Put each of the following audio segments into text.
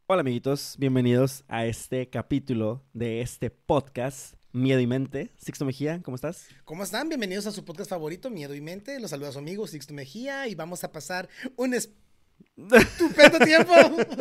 Hola amiguitos, bienvenidos a este capítulo de este podcast Miedo y Mente. Sixto Mejía, ¿cómo estás? ¿Cómo están? Bienvenidos a su podcast favorito, Miedo y Mente. Los saluda su amigo Sixto Mejía y vamos a pasar un estupendo tiempo.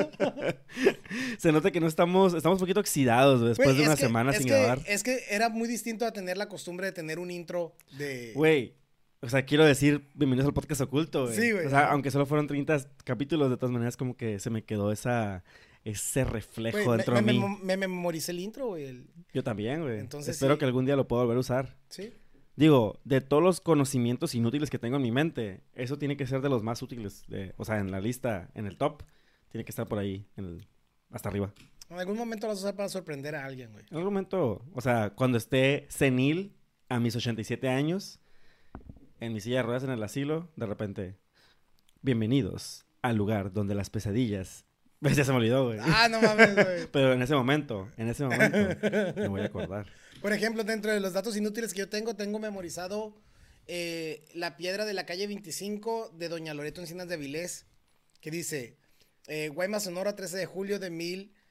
Se nota que no estamos un poquito oxidados después de una semana sin grabar. Es que era muy distinto a tener la costumbre de tener un intro de... Güey, o sea, quiero decir bienvenidos al podcast oculto, güey. Sí, güey. O sea, aunque solo fueron 30 capítulos, de todas maneras como que se me quedó ese reflejo Güey, dentro de mí. me memoricé el intro, güey. Yo también, güey. Entonces, Espero sí. que algún día lo pueda volver a usar. Sí. Digo, de todos los conocimientos inútiles que tengo en mi mente, eso tiene que ser de los más útiles. O sea, en la lista, en el top, tiene que estar por ahí, hasta arriba. En algún momento lo vas a usar para sorprender a alguien, güey. En algún momento, o sea, cuando esté senil a mis 87 años, en mi silla de ruedas en el asilo, de repente, bienvenidos al lugar donde las pesadillas... ¿Ves? Ya se me olvidó, güey. Ah, no mames, güey. Pero en ese momento, me voy a acordar. Por ejemplo, dentro de los datos inútiles que yo tengo memorizado la piedra de la calle 25 de Doña Loreto Encinas de Avilés, que dice, Guaymas, Sonora, 13 de julio de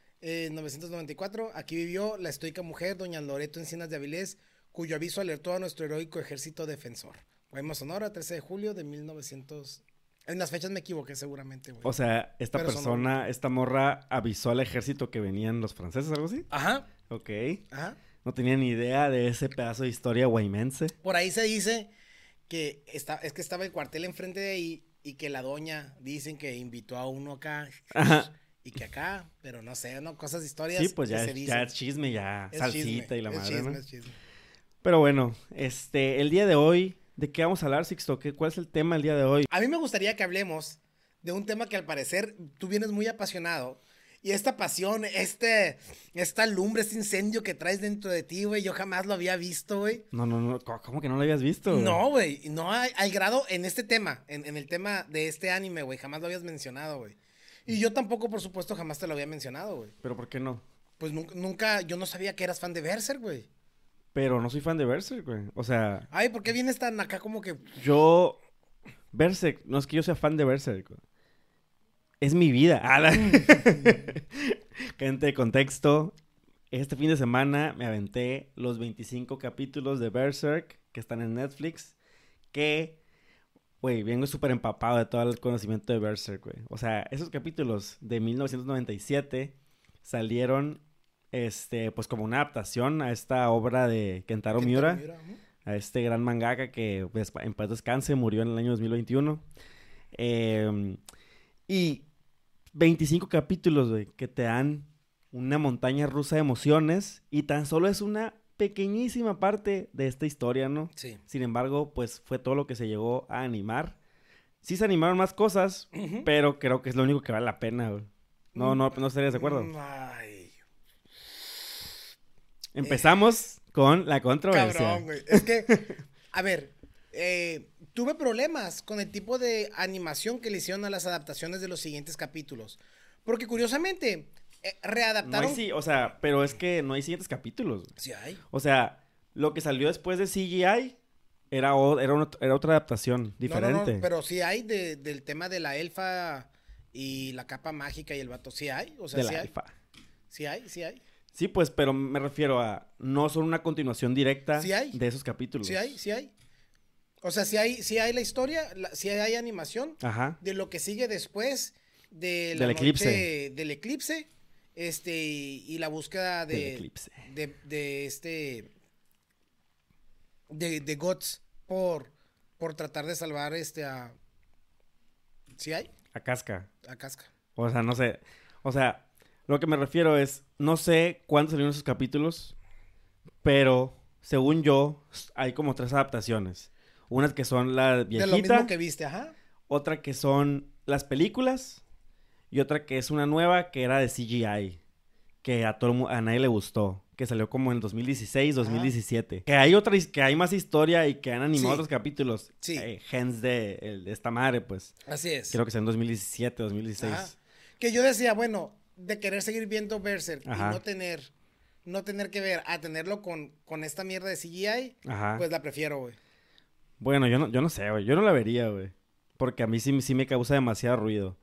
1994, aquí vivió la estoica mujer Doña Loreto Encinas de Avilés, cuyo aviso alertó a nuestro heroico ejército defensor. Guaymas, Sonora, 13 de julio de 1900... En las fechas me equivoqué seguramente, güey. O sea, esta Pero persona, esta morra avisó al ejército que venían los franceses, ¿algo así? Ajá. Ok. Ajá. No tenía ni idea de ese pedazo de historia guaymense. Por ahí se dice que estaba el cuartel enfrente de ahí y que la doña dicen que invitó a uno acá. Ajá. Y que acá, pero no sé, ¿no? Cosas, historias. Sí, pues que ya, se dicen. ya es chisme, ya Es salsita chisme, y la es madre, chisme, ¿no? es chisme. Pero bueno, el día de hoy, ¿de qué vamos a hablar, Sixto? ¿Cuál es el tema el día de hoy? A mí me gustaría que hablemos de un tema que al parecer tú vienes muy apasionado. Y esta pasión, esta lumbre, este incendio que traes dentro de ti, güey, yo jamás lo había visto, güey. No, ¿cómo que no lo habías visto, güey? No, güey, no al grado en este tema, en el tema de este anime, güey, jamás lo habías mencionado, güey. Y yo tampoco, por supuesto, jamás te lo había mencionado, güey. ¿Pero por qué no? Pues nunca, yo no sabía que eras fan de Berserk, güey. Pero no soy fan de Berserk, güey. O sea... Ay, ¿por qué vienes tan acá como que...? Berserk, no es que yo sea fan de Berserk, güey. Es mi vida. Gente de contexto. Este fin de semana me aventé los 25 capítulos de Berserk que están en Netflix. Güey, vengo súper empapado de todo el conocimiento de Berserk, güey. O sea, esos capítulos de 1997 salieron, pues como una adaptación a esta obra de Kentaro Miura. A este gran mangaka que pues, en paz descanse, murió en el año 2021. Y 25 capítulos, güey, que te dan una montaña rusa de emociones y tan solo es una pequeñísima parte de esta historia, ¿no? Sí. Sin embargo, pues fue todo lo que se llegó a animar. Sí se animaron más cosas, pero creo que es lo único que vale la pena, güey. No estarías de acuerdo. Ay. Empezamos con la controversia. Cabrón, güey. Es que, a ver, tuve problemas con el tipo de animación que le hicieron a las adaptaciones de los siguientes capítulos. Porque curiosamente, readaptaron... No hay, sí, o sea, pero es que no hay siguientes capítulos. Sí hay. O sea, lo que salió después de CGI era otra adaptación diferente. No, pero sí hay del tema de la elfa y la capa mágica y el vato. Sí hay, o sea, de sí la hay. elfa. Sí hay, sí hay. Sí, pues, pero me refiero a... No son una continuación directa Sí hay. de esos capítulos. Sí hay, sí hay. O sea, sí hay la historia, sí hay animación. Ajá. De lo que sigue después de la Del noche eclipse. del eclipse, y la búsqueda Del eclipse. de Guts por tratar de salvar a... ¿Sí hay? A Casca. A Casca. O sea, no sé. O sea, lo que me refiero es... No sé cuántos salieron esos capítulos, pero según yo, hay como 3 adaptaciones. Unas que son la viejita. De lo mismo que viste, ajá. Otra que son las películas. Y otra que es una nueva que era de CGI. Que a nadie le gustó. Que salió como en 2016, 2017. Que hay más historia y que han animado otros capítulos. Sí. Hence de esta madre, pues. Así es. Creo que es en 2017, 2016. Ajá. Que yo decía, bueno, de querer seguir viendo Berserk Ajá. y no tener que ver a tenerlo con esta mierda de CGI, Ajá. pues la prefiero, güey. Bueno, yo no sé, güey. Yo no la vería, güey. Porque a mí sí me causa demasiado ruido.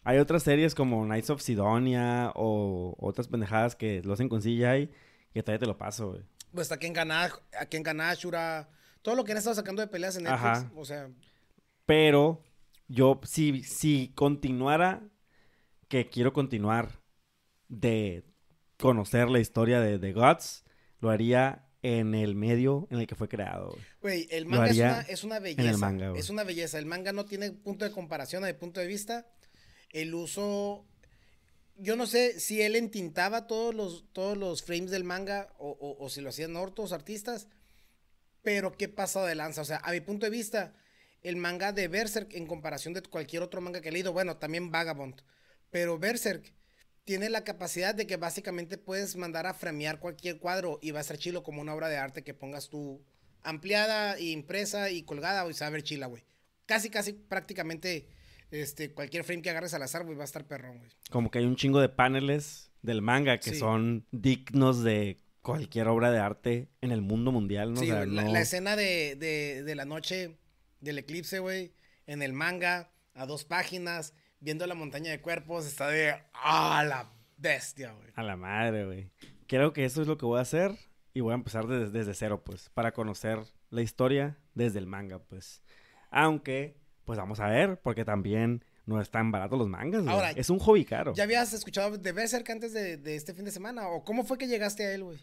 Hay otras series como Knights of Sidonia o otras pendejadas que lo hacen con CGI que todavía te lo paso, güey. Pues aquí en Ganashura, todo lo que han estado sacando de peleas en Netflix, Ajá. o sea, Pero yo, si continuara, que quiero continuar de conocer la historia de Guts, lo haría en el medio en el que fue creado, güey. güey, el Lo manga haría es una en el belleza, manga, güey. es una belleza. El manga no tiene punto de comparación a de punto de vista. El uso, yo no sé si él entintaba todos los frames del manga o si lo hacían otros artistas, pero qué pasado de lanza. O sea, a mi punto de vista, el manga de Berserk en comparación de cualquier otro manga que he leído, bueno, también Vagabond, pero Berserk tiene la capacidad de que básicamente puedes mandar a framear cualquier cuadro y va a ser chilo como una obra de arte que pongas tú ampliada, impresa y colgada, y se va a ver chila, güey. Casi prácticamente cualquier frame que agarres al azar, güey, va a estar perrón, güey. Como que hay un chingo de paneles del manga que Sí. son dignos de cualquier obra de arte en el mundo mundial, ¿no? Sí, O sea, güey, la escena de la noche del eclipse, güey, en el manga, a 2 páginas, viendo la montaña de cuerpos, está de... ¡Ah, la bestia, güey! A la madre, güey. Creo que eso es lo que voy a hacer y voy a empezar desde cero, pues, para conocer la historia desde el manga, pues. Aunque, pues vamos a ver, porque también no están baratos los mangas, güey. Ahora, Es un hobby caro. ¿ya habías escuchado de Berserk antes de este fin de semana? ¿O cómo fue que llegaste a él, güey?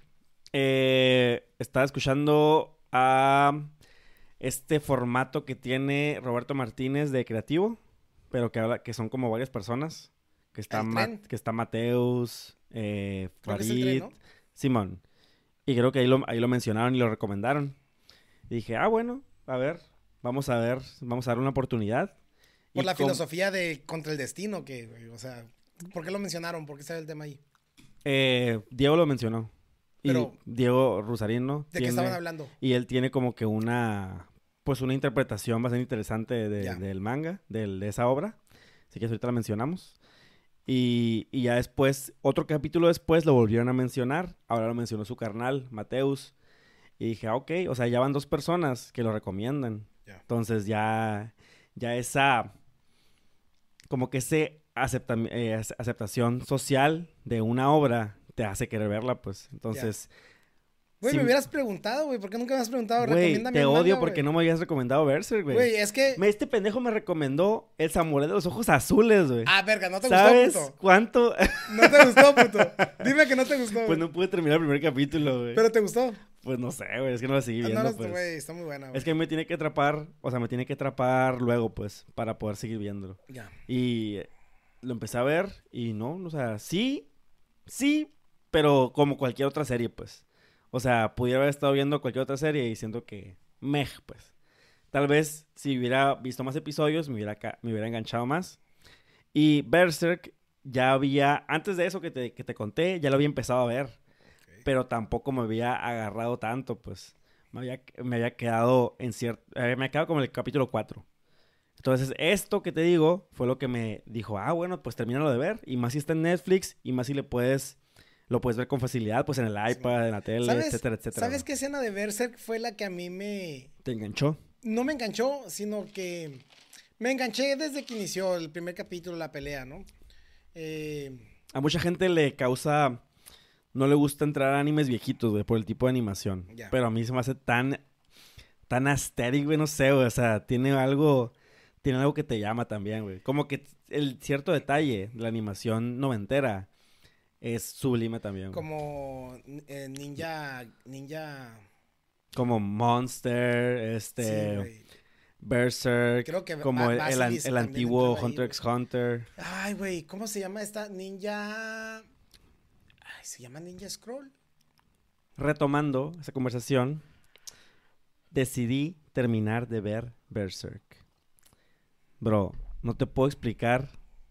Estaba escuchando a este formato que tiene Roberto Martínez de Creativo, pero que son como varias personas. Que está, ¿El tren? que está Mateus, Creo que es el tren, Farid, ¿no? Simón. Y creo que ahí lo mencionaron y lo recomendaron. Y dije, bueno, a ver, vamos a dar una oportunidad. Por Y la filosofía de contra el destino, que, güey, o sea, ¿por qué lo mencionaron? ¿Por qué está el tema ahí? Diego lo mencionó. Pero, Y Diego Rusarino ¿de qué estaban hablando? Y él tiene como que una interpretación bastante interesante Ya. del manga, de esa obra. Así que ahorita la mencionamos. Y ya después, otro capítulo después lo volvieron a mencionar. Ahora lo mencionó su carnal, Mateus. Y dije, ok, o sea, ya van 2 personas que lo recomiendan. Ya. Entonces ya esa, como que aceptación social de una obra te hace querer verla, pues. Entonces, Güey, sí, me hubieras preguntado, güey. ¿Por qué nunca me has preguntado? güey, Recomiéndame te un odio manga, porque güey. no me habías recomendado Berserk, güey. Güey, es que... Este pendejo me recomendó El Samurái de los Ojos Azules, güey. Ah, verga, ¿no te ¿Sabes gustó, puto? cuánto? No te gustó, puto. Dime que no te gustó, Pues güey. no pude terminar el primer capítulo, güey. ¿Pero te gustó? Pues no sé, güey, es que no lo seguí Ah, viendo, no, pues. güey, está muy buena, güey. Es que me tiene que atrapar, o sea, me tiene que atrapar luego, pues, para poder seguir viéndolo. Ya. Y lo empecé a ver y no, o sea, sí, pero como cualquier otra serie, pues. O sea, pudiera haber estado viendo cualquier otra serie y siento que pues. Tal vez si hubiera visto más episodios me hubiera enganchado más. Y Berserk ya había, antes de eso que te conté, ya lo había empezado a ver. Ok. Pero tampoco me había agarrado tanto, pues. Me había quedado me quedado como en el capítulo 4. Entonces, esto que te digo fue lo que me dijo, bueno, pues termínalo de ver. Y más si está en Netflix, y más si lo puedes ver con facilidad, pues en el iPad, en la tele, etcétera, etcétera. ¿Sabes qué escena de Berserk fue la que a mí me... ¿Te enganchó? No me enganchó, sino que me enganché desde que inició el primer capítulo, la pelea, ¿no? A mucha gente le causa... No le gusta entrar a animes viejitos, güey, por el tipo de animación. Ya. Pero a mí se me hace tan aesthetic, güey, no sé, güey. O sea, tiene algo que te llama también, güey. Como que el cierto detalle de la animación noventera es sublime también, güey. Como Ninja... Como Monster, Sí, güey. Berserk, Creo que como Basilisk el también antiguo entraba ahí, Hunter güey. x Hunter. Ay, güey, ¿cómo se llama esta? Ninja... Ay, ¿se llama Ninja Scroll? Retomando esa conversación, decidí terminar de ver Berserk. Bro, no te puedo explicar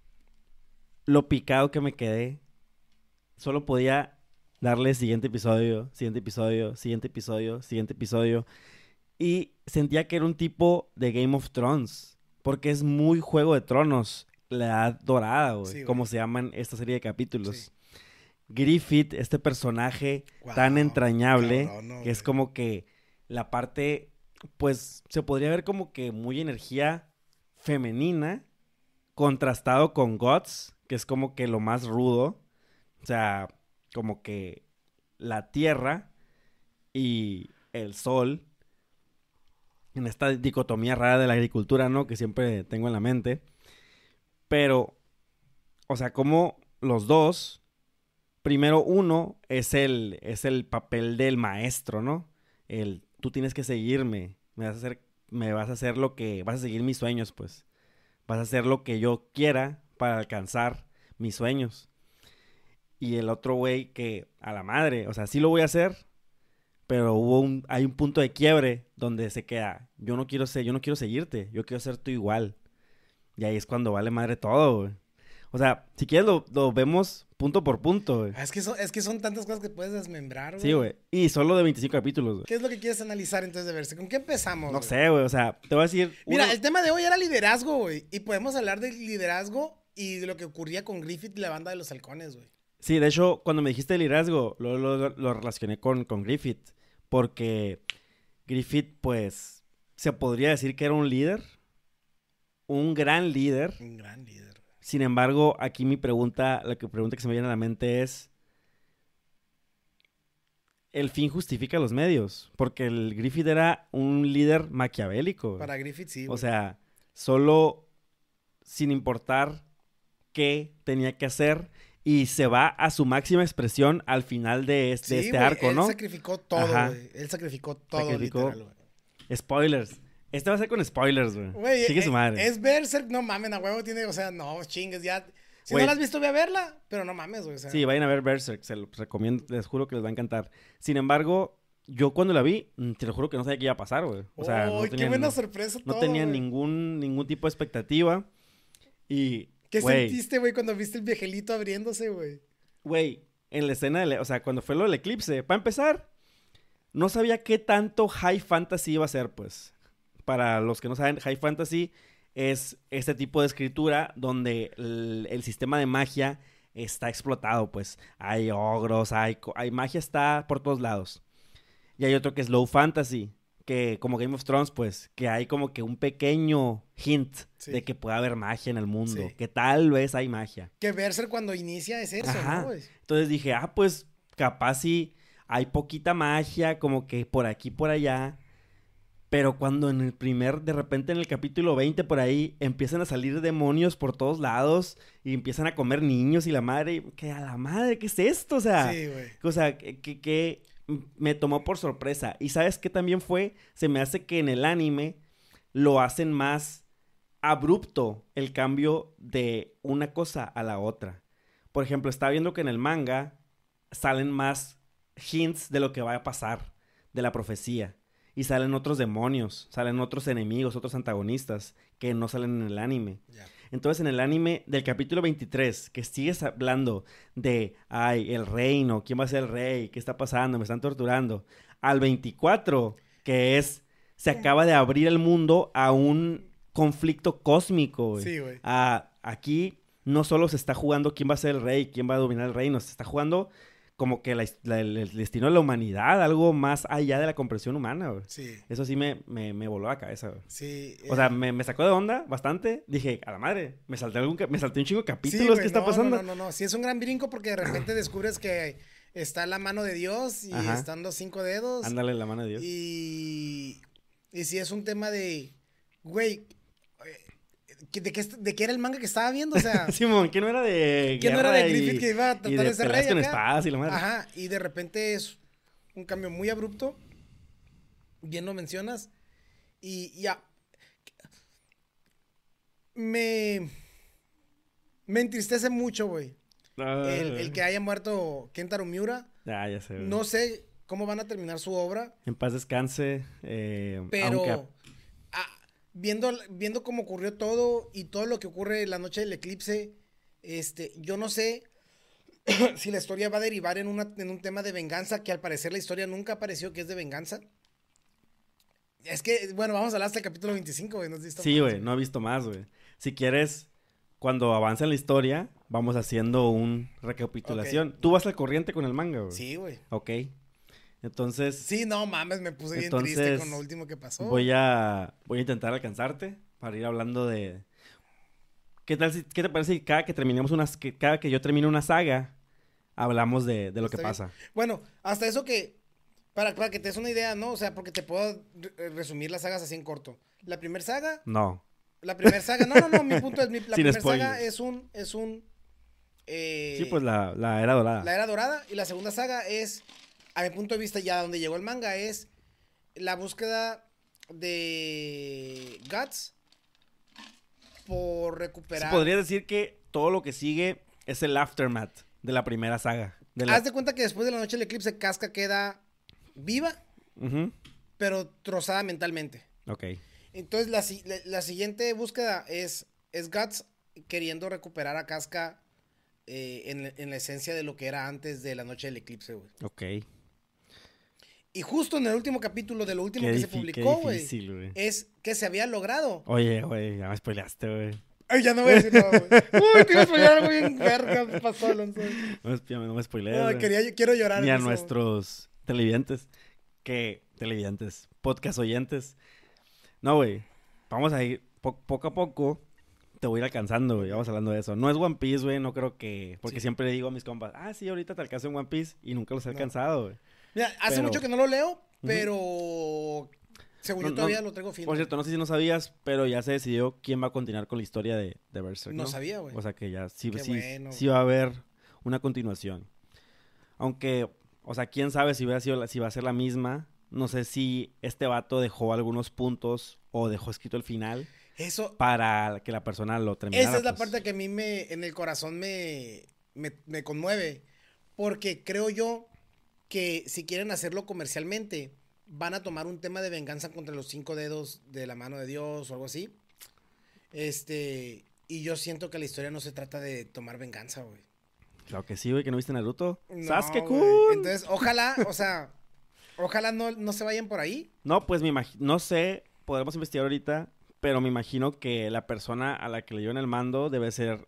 lo picado que me quedé. Solo podía darle siguiente episodio, siguiente episodio, siguiente episodio, siguiente episodio. Y sentía que era un tipo de Game of Thrones. Porque es muy Juego de Tronos. La Edad Dorada, güey. Sí, güey. Como se llaman esta serie de capítulos. Sí. Griffith, este personaje Guau, tan entrañable, cabrón, no, que es güey. como que la parte, pues, se podría ver como que muy energía femenina, contrastado con Guts, que es como que lo más rudo. O sea, como que la tierra y el sol, en esta dicotomía rara de la agricultura, ¿no? Que siempre tengo en la mente. Pero, o sea, como los dos, primero uno es el papel del maestro, ¿no? Tú tienes que seguirme, me vas a hacer lo que, vas a seguir mis sueños, pues. Vas a hacer lo que yo quiera para alcanzar mis sueños. Y el otro güey que, a la madre, o sea, sí lo voy a hacer, pero hay un punto de quiebre donde se queda, yo no quiero seguirte, yo quiero ser tú igual. Y ahí es cuando vale madre todo, güey. O sea, si quieres lo vemos punto por punto, güey. Es que son tantas cosas que puedes desmembrar, Sí, güey. güey. Y solo de 25 capítulos, güey. ¿Qué es lo que quieres analizar entonces de verse? ¿Con qué empezamos, No güey? sé, güey. O sea, te voy a decir... Mira, el tema de hoy era liderazgo, güey. Y podemos hablar del liderazgo y de lo que ocurría con Griffith y la banda de los halcones, güey. Sí, de hecho, cuando me dijiste liderazgo, lo relacioné con Griffith. Porque Griffith, pues, se podría decir que era un líder. Un gran líder. Un gran líder. Sin embargo, aquí la pregunta que se me viene a la mente es... El fin justifica los medios. Porque el Griffith era un líder maquiavélico, güey. Para Griffith, sí, O güey. sea, solo sin importar qué tenía que hacer y se va a su máxima expresión al final de este güey, arco, ¿no? Él sacrificó todo, Ajá. güey. Él sacrificó todo, Sacrificó. literal, güey. Spoilers. Este va a ser con spoilers, güey. Güey, Sigue su madre. es Berserk, no mames, a huevo tiene, o sea, no, chingues, ya. Si Güey. no la has visto, ve a verla, pero no mames, güey, o sea. Sí, vayan a ver Berserk. Se los recomiendo. Les juro que les va a encantar. Sin embargo, yo cuando la vi, te lo juro que no sabía qué iba a pasar, güey. O sea, ¡Uy, qué buena sorpresa no todo, tenía güey! ningún tipo de expectativa. Y, ¿Qué güey, sentiste, güey, cuando viste el viajelito abriéndose, güey? güey, en la escena, o sea, cuando fue lo del eclipse, para empezar, no sabía qué tanto high fantasy iba a ser, pues. Para los que no saben, high fantasy es este tipo de escritura donde el sistema de magia está explotado, pues. Hay ogros, hay magia, está por todos lados. Y hay otro que es low fantasy, que como Game of Thrones, pues, que hay como que un pequeño hint Sí. de que puede haber magia en el mundo, Sí. que tal vez hay magia. Que Berserk cuando inicia es eso, Ajá. ¿no, güey? Entonces dije, pues capaz sí hay poquita magia, como que por aquí, por allá. Pero cuando de repente en el capítulo 20 por ahí, empiezan a salir demonios por todos lados y empiezan a comer niños y la madre, que a la madre, ¿qué es esto? O sea, Sí, güey. que me tomó por sorpresa. Y ¿sabes qué también fue? Se me hace que en el anime lo hacen más abrupto el cambio de una cosa a la otra. Por ejemplo, estaba viendo que en el manga salen más hints de lo que va a pasar, de la profecía. Y salen otros demonios, salen otros enemigos, otros antagonistas que no salen en el anime. Ya. Entonces, en el anime del capítulo 23, que sigues hablando de, el reino, ¿quién va a ser el rey? ¿Qué está pasando? Me están torturando. Al 24, que se acaba de abrir el mundo a un conflicto cósmico, güey. Sí, güey. Aquí no solo se está jugando quién va a ser el rey, quién va a dominar el reino, se está jugando como que el destino de la humanidad, algo más allá de la comprensión humana, güey. Sí. Eso sí me voló la cabeza, güey. Sí. O sea, me sacó de onda bastante. Dije, a la madre, me salté un chingo de Sí, capítulos. güey, ¿Qué está pasando? No. Sí, es un gran brinco porque de repente descubres que está la mano de Dios y Ajá. están los 5 dedos. Ándale la mano de Dios. Y sí es un tema de, güey, ¿de qué era el manga que estaba viendo? O sea, Simón, ¿qué no era de ¿qué no era guerra de Griffith que iba a y tratar de de ser peleas rey con acá? espadas y la madre? Ajá, y de repente es un cambio muy abrupto, bien lo mencionas, y ya, me entristece mucho, güey, el que haya muerto Kentaro Miura. Ya sé, güey. No sé cómo van a terminar su obra, En paz descanse. pero aunque viendo cómo ocurrió todo y todo lo que ocurre la noche del eclipse, yo no sé si la historia va a derivar en un tema de venganza, que al parecer la historia nunca apareció que es de venganza. Es que, bueno, vamos a hablar hasta el capítulo 25, güey. Sí, güey, no he visto más, güey. Si quieres, cuando avanza la historia, vamos haciendo una recapitulación. Ok. ¿Tú vas al corriente con el manga, güey? Sí, güey. Ok. Entonces, Sí, no mames, me puse bien Entonces, triste con lo último que pasó. voy a intentar alcanzarte para ir hablando de... ¿Qué te parece si cada que yo termine una saga, hablamos de lo que Está bien. pasa? Bueno, hasta eso que, para que te des una idea, ¿no? O sea, porque te puedo resumir las sagas así en corto. La primera saga, No. mi punto es, la Sin primera spoilers. saga es un, Sí, pues la era dorada. la era dorada, y la segunda saga es, a mi punto de vista, ya donde llegó el manga, es la búsqueda de Guts por Se recuperar. podría decir que todo lo que sigue es el aftermath de la primera saga. Haz de cuenta que después de la noche del eclipse, Casca queda viva, Ujú. pero trozada mentalmente. Ok. Entonces, la siguiente búsqueda es Guts queriendo recuperar a Casca en la esencia de lo que era antes de la noche del eclipse, güey. Ok. Y justo en el último capítulo de lo último Qué que se publicó, qué güey, difícil, güey. es que se había logrado. Oye, güey, ya me spoileaste, güey. Ay, ya no voy a decir nada, güey. Uy, te iba a spoilear algo bien verga, pasó, Alonso. No me spoilees, No, güey. quiero llorar. Ni a en ese nuestros televidentes. Podcast oyentes. No, güey. Vamos a ir poco a poco. Te voy a ir alcanzando, güey. Vamos hablando de eso. No es One Piece, güey. No creo que... Porque Sí. siempre le digo a mis compas, sí, ahorita te alcanzo en One Piece. Y nunca los he No. alcanzado, güey. Mira, hace Pero- mucho que no lo leo, pero según yo todavía lo traigo firme. Por cierto, no sé si no sabías, pero ya se decidió quién va a continuar con la historia de Berserk, ¿no? No sabía, güey. O sea que ya sí, Qué sí, bueno, sí va a haber una continuación. Aunque, o sea, quién sabe si si va a ser la misma. No sé si este vato dejó algunos puntos o dejó escrito el final Eso, para que la persona lo terminara. esa es la pues. parte que a mí en el corazón me conmueve. Porque creo yo que si quieren hacerlo comercialmente, van a tomar un tema de venganza contra los 5 dedos de la mano de Dios o algo así. Y yo siento que la historia no se trata de tomar venganza, güey. Claro que sí, güey, que no viste Naruto. No, ¡Sasuke-kun! güey. Entonces, ojalá, o sea, ojalá no se vayan por ahí. No, pues no sé, podemos investigar ahorita, pero me imagino que la persona a la que le dieron el mando debe ser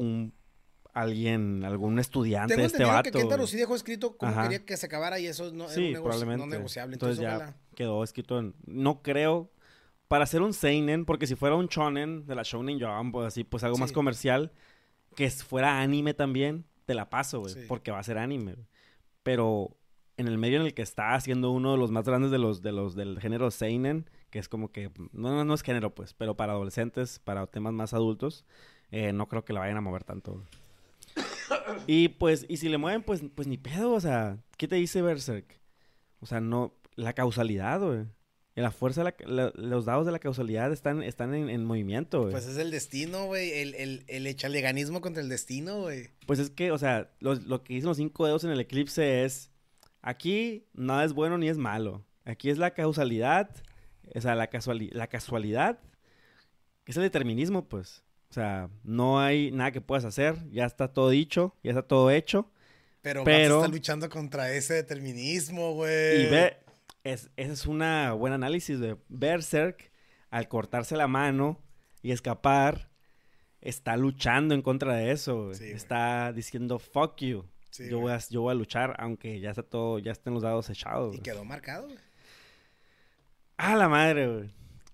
algún estudiante Tengo de este entendido vato. que Kentaro güey. sí dejó escrito cómo Ajá. quería que se acabara y eso no, Sí, era probablemente. no negociable. Entonces ya ojalá. quedó escrito no creo, para hacer un seinen, porque si fuera un shonen de la Shonen Jump, pues así, pues algo más Sí. comercial, que fuera anime también, te la paso, güey, Sí. porque va a ser anime, güey. Pero en el medio en el que está haciendo uno de los más grandes del género seinen, que es como que, no es género, pues, pero para adolescentes, para temas más adultos, no creo que la vayan a mover tanto, güey. Y pues, y si le mueven, pues ni pedo, o sea, ¿qué te dice Berserk? O sea, no, la causalidad, güey. La fuerza, los dados de la causalidad están en movimiento, güey. Pues es el destino, güey. El echaleganismo contra el destino, güey. Pues es que, o sea, lo que dicen los 5 dedos en el eclipse es, aquí nada es bueno ni es malo. Aquí es la causalidad, o sea, la casualidad, es el determinismo, pues. O sea, no hay nada que puedas hacer, ya está todo dicho, ya está todo hecho. Pero Pero- Guts está luchando contra ese determinismo, güey. Y ese es un buen análisis de Berserk, al cortarse la mano y escapar, está luchando en contra de eso, güey. Sí, güey. Está diciendo, fuck you. Sí, yo güey. voy a luchar, aunque ya estén los dados echados. Y güey. quedó marcado, güey. ¡Ah, la madre, güey!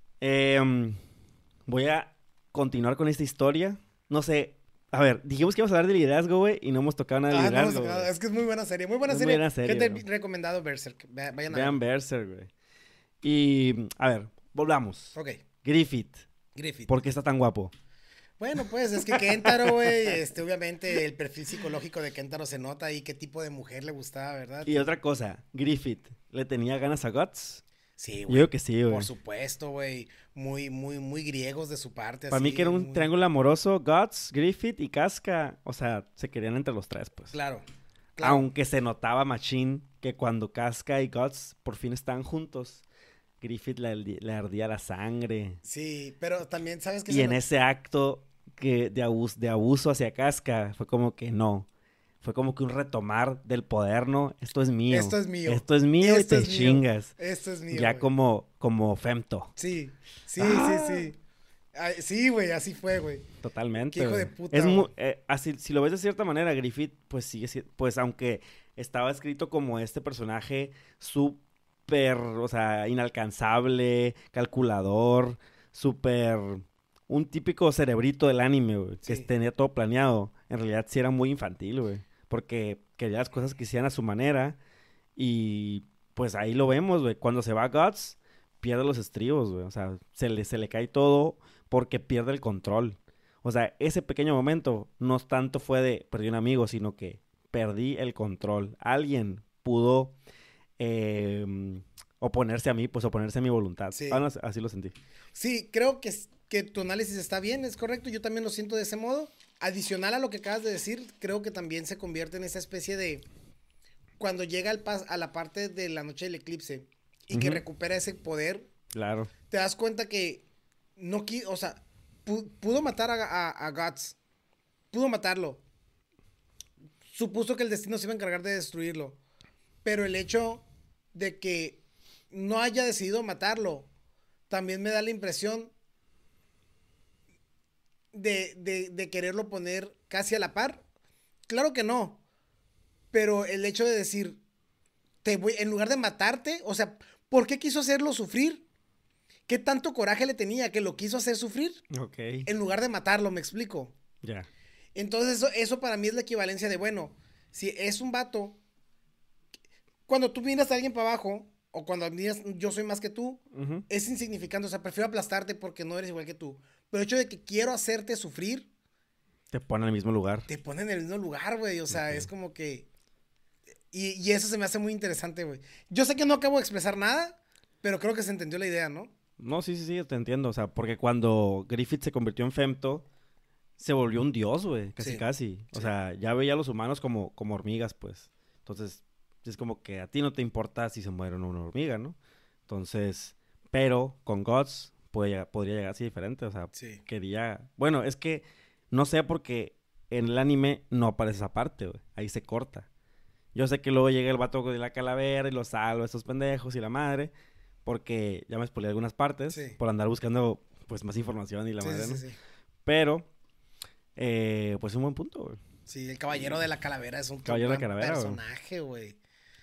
Voy a continuar con esta historia. No sé, a ver, dijimos que íbamos a hablar de liderazgo, güey, y no hemos tocado nada de No, liderazgo, güey. es que es muy buena serie. Muy buena Es serie. buena serie, Gente, güey. recomendado Berserk. Vayan a Vean ver. Berserk, güey. Y, a ver, volvamos. Ok. Griffith, Griffith. ¿por qué está tan guapo? Bueno, pues es que Kentaro, güey, obviamente el perfil psicológico de Kentaro se nota ahí qué tipo de mujer le gustaba, ¿verdad? Y otra cosa, Griffith, ¿le tenía ganas a Guts? Sí, Yo güey. digo que sí, güey. Por supuesto, güey. Muy griegos de su parte. Para mí así, que era un muy- triángulo amoroso, Guts, Griffith y Casca, o sea, se querían entre los tres, pues. Claro. Claro. Aunque se notaba machín que cuando Casca y Guts por fin estaban juntos, Griffith le ardía la sangre. Sí, pero también sabes que Y en ese acto de abuso hacia Casca, fue como que no. Fue como que un retomar del poder, ¿no? Esto es mío. Esto es mío. Esto es mío Esto y te es mío. chingas. Esto es mío. Ya güey. como Femto. Sí, sí, Ah. sí. Ay, sí, güey, así fue, güey. Totalmente. Qué hijo güey. de puta, Es güey. así, si lo ves de cierta manera, Griffith, pues pues aunque estaba escrito como este personaje súper, o sea, inalcanzable, calculador, súper un típico cerebrito del anime, güey, que Sí. tenía todo planeado, en realidad sí era muy infantil, güey. Porque quería las cosas que hicieran a su manera. Y pues ahí lo vemos, güey. Cuando se va Guts, pierde los estribos, güey. O sea, se le cae todo porque pierde el control. O sea, ese pequeño momento no tanto fue de perdí un amigo, sino que perdí el control. Alguien pudo oponerse a mí, pues oponerse a mi voluntad. Sí. Así lo sentí. Sí, creo que tu análisis está bien, es correcto. Yo también lo siento de ese modo. Adicional a lo que acabas de decir, creo que también se convierte en esa especie de cuando llega a la parte de la noche del eclipse y que Ujú. recupera ese poder, Claro. te das cuenta que o sea, pudo matar a Guts, pudo matarlo. Supuso que el destino se iba a encargar de destruirlo, pero el hecho de que no haya decidido matarlo también me da la impresión de quererlo poner casi a la par. Claro que no, pero el hecho de decir, en lugar de matarte, o sea, ¿por qué quiso hacerlo sufrir? ¿Qué tanto coraje le tenía que lo quiso hacer sufrir? Ok. En lugar de matarlo, me explico. Ya. Entonces eso para mí es la equivalencia de, bueno, si es un vato, cuando tú miras a alguien para abajo, o cuando miras yo soy más que tú, Ujú. es insignificante, o sea, prefiero aplastarte porque no eres igual que tú. Pero el hecho de que quiero hacerte sufrir, Te pone en el mismo lugar. te pone en el mismo lugar, güey. O sea, Ok. es como que... Y eso se me hace muy interesante, güey. Yo sé que no acabo de expresar nada, pero creo que se entendió la idea, ¿no? No, sí, sí, sí, te entiendo. O sea, porque cuando Griffith se convirtió en Femto, se volvió un dios, güey, casi Sí, casi. O sí. sea, ya veía a los humanos como hormigas, pues. Entonces, es como que a ti no te importa si se muere una hormiga, ¿no? Entonces, pero con Gods podría llegar así diferente. O sea, Sí. quería... Bueno, es que no sé porque en el anime no aparece esa parte, güey. Ahí se corta. Yo sé que luego llega el vato de la calavera y lo salva a estos pendejos y la madre, porque ya me spoileé algunas partes Sí. por andar buscando pues más información y la Sí, madre, sí, ¿no? sí, sí. Pero, pues un buen punto, güey. Sí, el caballero de la calavera es un Caballero de la gran Calavera, güey. personaje, güey.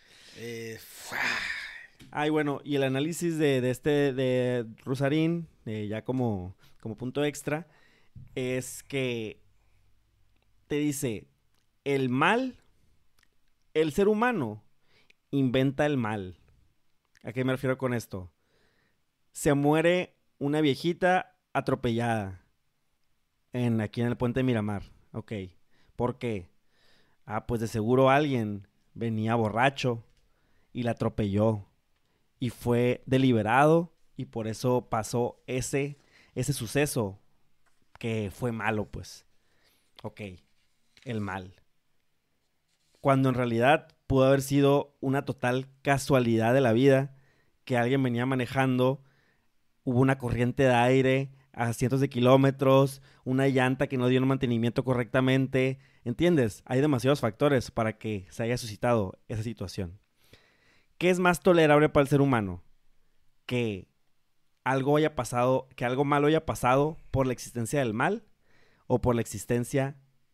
Fua. Ay, bueno, y el análisis de Rusarín, ya como punto extra, es que te dice, el mal, el ser humano inventa el mal. ¿A qué me refiero con esto? Se muere una viejita atropellada aquí en el puente de Miramar. Ok. ¿Por qué? Ah, pues de seguro alguien venía borracho y la atropelló. Y fue deliberado y por eso pasó ese suceso que fue malo, pues. Ok. El mal. Cuando en realidad pudo haber sido una total casualidad de la vida que alguien venía manejando, hubo una corriente de aire a cientos de kilómetros, una llanta que no dio el mantenimiento correctamente, ¿entiendes? Hay demasiados factores para que se haya suscitado esa situación. ¿Qué es más tolerable para el ser humano? Que algo haya pasado, que algo malo haya pasado por la existencia del mal o por la existencia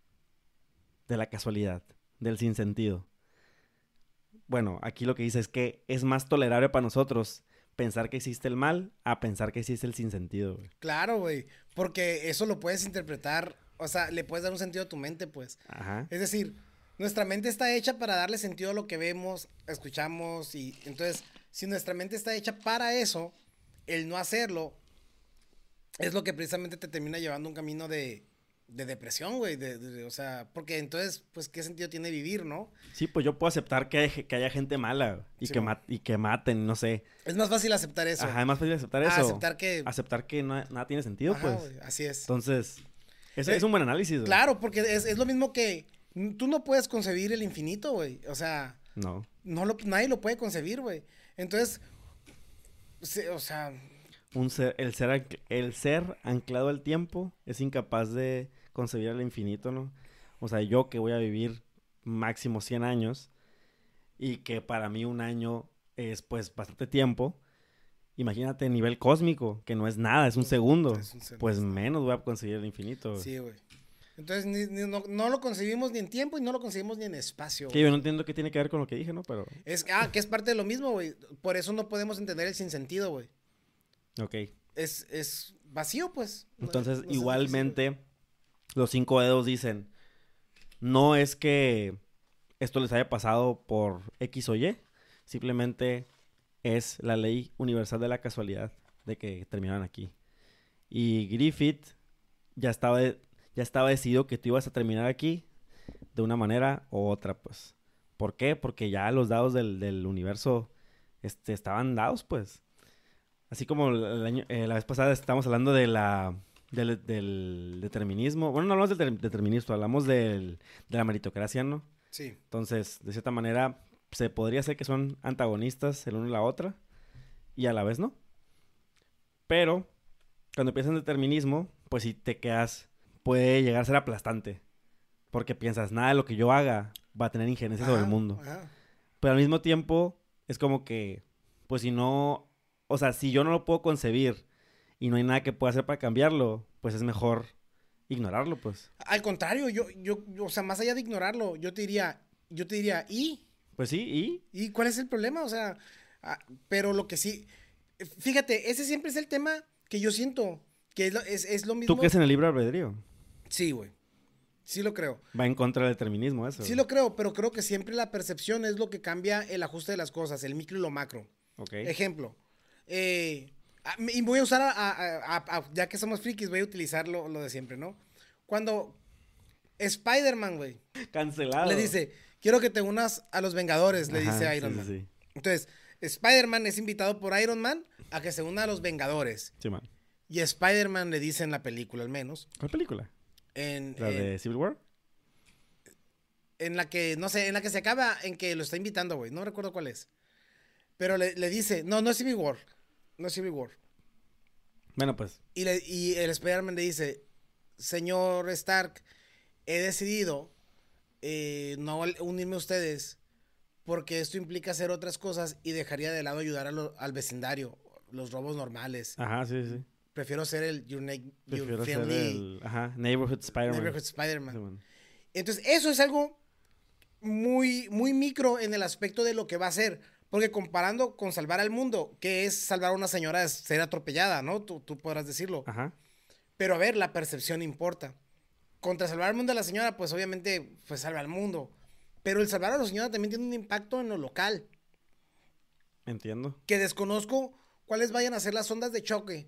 de la casualidad, del sinsentido. Bueno, aquí lo que dice es que es más tolerable para nosotros pensar que existe el mal a pensar que existe el sinsentido, güey. Claro, güey. Porque eso lo puedes interpretar, o sea, le puedes dar un sentido a tu mente, pues. Ajá. Es decir, nuestra mente está hecha para darle sentido a lo que vemos, escuchamos y entonces, si nuestra mente está hecha para eso, el no hacerlo es lo que precisamente te termina llevando a un camino de depresión, güey, o sea, porque entonces, pues, ¿qué sentido tiene vivir, no? Sí, pues yo puedo aceptar que haya gente mala y, Simón. y que maten, no sé. Es más fácil aceptar eso. Ajá, es más fácil aceptar eso. Aceptar que... Aceptar que nada tiene sentido, Ajá, pues. güey, así es. Entonces, eso Eh, es un buen análisis, güey. Claro, porque es lo mismo que tú no puedes concebir el infinito, güey. O sea, No. nadie lo puede concebir, güey. Entonces, o sea, El ser anclado al tiempo es incapaz de concebir el infinito, ¿no? O sea, yo que voy a vivir máximo 100 años y que para mí un año es pues bastante tiempo. Imagínate a nivel cósmico, que no es nada, es un segundo. Pues menos voy a conseguir el infinito, güey. Sí, güey. Entonces, no lo concebimos ni en tiempo y no lo concebimos ni en espacio. Que yo no entiendo qué tiene que ver con lo que dije, ¿no? Pero, Que es parte de lo mismo, güey. Por eso no podemos entender el sinsentido, güey. ok. es vacío, pues. Entonces, No sé, igualmente, los 5 dedos dicen, no es que esto les haya pasado por X o Y, simplemente es la ley universal de la casualidad de que terminaron aquí. Y Griffith ya estaba, ya estaba decidido que tú ibas a terminar aquí de una manera u otra, pues. ¿Por qué? Porque ya los dados del universo estaban dados, pues. Así como la vez pasada estábamos hablando del determinismo. Bueno, no hablamos del determinismo, hablamos de la meritocracia, ¿no? Sí. Entonces, de cierta manera, se podría decir que son antagonistas el uno y la otra, y a la vez no. Pero, cuando piensas en determinismo, pues si te quedas, puede llegar a ser aplastante. Porque piensas, nada de lo que yo haga va a tener injerencia sobre el mundo. Ajá. Pero al mismo tiempo, es como que, pues si no, o sea, si yo no lo puedo concebir y no hay nada que pueda hacer para cambiarlo, pues es mejor ignorarlo, pues. Al contrario, o sea, más allá de ignorarlo, yo te diría, Pues sí, ¿y cuál es el problema? O sea, pero lo que sí, fíjate, ese siempre es el tema que yo siento, que es lo mismo. ¿tú crees en el libre albedrío? Sí, güey, sí lo creo. Va en contra del determinismo eso. Sí lo creo, pero creo que siempre la percepción es lo que cambia el ajuste de las cosas, el micro y lo macro. Ok. Ejemplo, y voy a usar, ya que somos frikis, voy a utilizar lo de siempre, ¿no? Cuando Spider-Man, güey, Cancelado. le dice, quiero que te unas a los Vengadores, le Ajá, dice Iron sí, Man. sí. Entonces, Spider-Man es invitado por Iron Man a que se una a los Vengadores. Sí, man. Y Spider-Man le dice en la película, al menos, ¿Cuál película? en, ¿La de Civil War? en la que, no sé, en la que se acaba, en que lo está invitando, güey, no recuerdo cuál es. Pero le dice, no es Civil War, no es Civil War. Bueno, pues. Y el Spider-Man le dice, señor Stark, he decidido no unirme a ustedes porque esto implica hacer otras cosas y dejaría de lado ayudar al vecindario, los robos normales. Ajá, sí, sí. Prefiero ser el Prefiero ser friendly el... Ajá, Neighborhood Spider-Man. neighborhood Spider-Man. Sí, man. Entonces, eso es algo muy, muy micro en el aspecto de lo que va a ser. Porque comparando con salvar al mundo, que es salvar a una señora de ser atropellada, ¿no? Tú podrás decirlo. Ajá. Pero a ver, la percepción importa. Contra salvar al mundo de la señora, pues obviamente, pues salva al mundo. Pero el salvar a la señora también tiene un impacto en lo local. Entiendo. Que desconozco cuáles vayan a ser las ondas de choque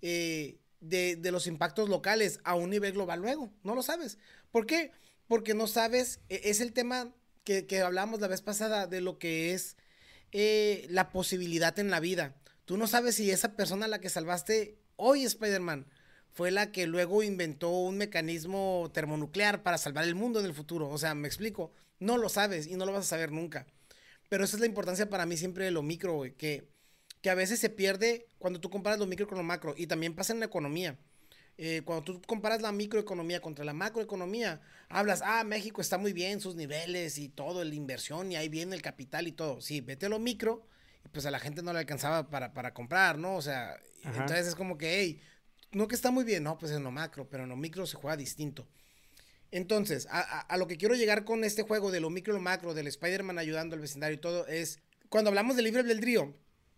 de los impactos locales a un nivel global luego. No lo sabes. ¿Por qué? Porque no sabes, es el tema que hablábamos la vez pasada de lo que es la posibilidad en la vida. Tú no sabes si esa persona a la que salvaste hoy, Spider-Man, fue la que luego inventó un mecanismo termonuclear para salvar el mundo en el futuro. O sea, me explico. No lo sabes y no lo vas a saber nunca. Pero esa es la importancia para mí siempre de lo micro, güey, que a veces se pierde cuando tú comparas lo micro con lo macro. Y también pasa en la economía. Cuando tú comparas la microeconomía contra la macroeconomía, hablas, México está muy bien, sus niveles y todo, la inversión, y ahí viene el capital y todo. Sí, vete a lo micro, y pues a la gente no le alcanzaba para comprar, ¿no? O sea, Ajá. entonces es como que, hey, no que está muy bien, no, pues en lo macro, pero en lo micro se juega distinto. Entonces, a lo que quiero llegar con este juego de lo micro y lo macro, del Spider-Man ayudando al vecindario y todo, es, cuando hablamos de libre albedrío,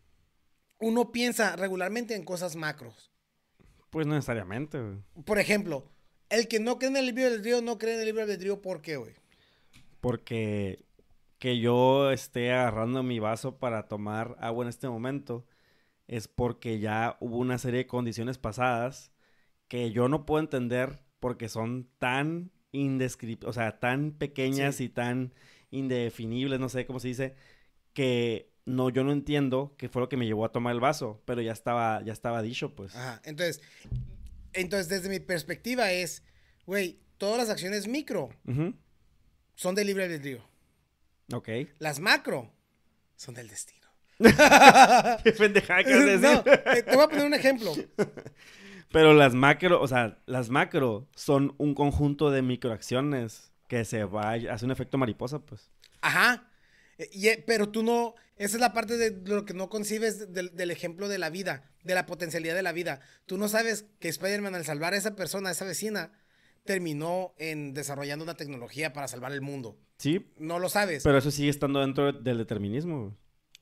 uno piensa regularmente en cosas macros. Pues no necesariamente, güey. Por ejemplo, el que no cree en el libre albedrío, no cree en el libre albedrío, ¿por qué, güey? Porque que yo esté agarrando mi vaso para tomar agua en este momento es porque ya hubo una serie de condiciones pasadas que yo no puedo entender porque son tan o sea, tan pequeñas Sí. y tan indefinibles, no sé cómo se dice, que no, yo no entiendo qué fue lo que me llevó a tomar el vaso, pero ya estaba dicho, pues. Ajá, entonces desde mi perspectiva es, güey, todas las acciones micro Ujú. son de libre albedrío. Ok. Las macro son del destino. Qué pendejada que vas a decir. No, te voy a poner un ejemplo. Pero las macro, o sea, las macro son un conjunto de microacciones que hace un efecto mariposa, pues. Ajá. Pero tú no, esa es la parte de lo que no concibes del ejemplo de la vida, de la potencialidad de la vida. Tú no sabes que Spider-Man al salvar a esa persona, a esa vecina, terminó en desarrollando una tecnología para salvar el mundo. Sí, No lo sabes. pero eso sigue estando dentro del determinismo, güey.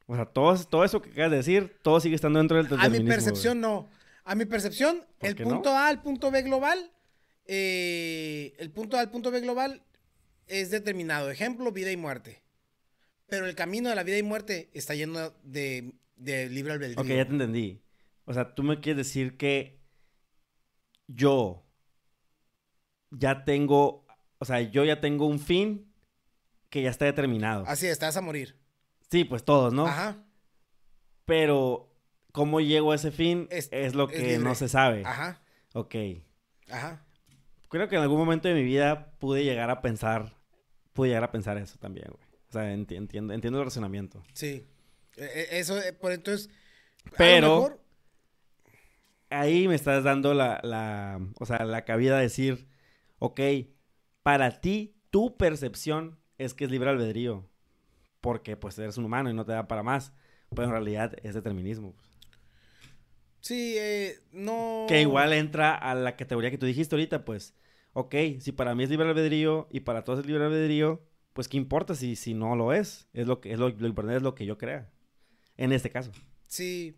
O sea, todo eso que acabas de decir, todo sigue estando dentro del A mi determinismo, percepción, no. A mi percepción, ¿Por el qué punto no? A al punto B global, el punto A al punto B global es determinado. Ejemplo, vida y muerte. Pero el camino de la vida y muerte está lleno de libre albedrío. Ok, ya te entendí. O sea, tú me quieres decir que yo ya tengo, o sea, yo ya tengo un fin que ya está determinado. Así es, te vas a morir. Sí, pues todos, ¿no? Ajá. Pero cómo llego a ese fin es lo Es que libre. no se sabe. Ajá. Ok. Ajá. Creo que en algún momento de mi vida pude llegar a pensar eso también, güey. O sea, entiendo el razonamiento. Sí. Eso, por entonces, a lo Pero mejor, ahí me estás dando o sea, la cabida de decir, ok, para ti, tu percepción es que es libre albedrío. Porque pues eres un humano y no te da para más. Pero en realidad es determinismo. sí, no. Que igual entra a la categoría que tú dijiste ahorita, pues. Ok, si para mí es libre albedrío y para todos es libre albedrío, pues qué importa si no lo es. Lo importante es lo que yo crea. En este caso. Sí,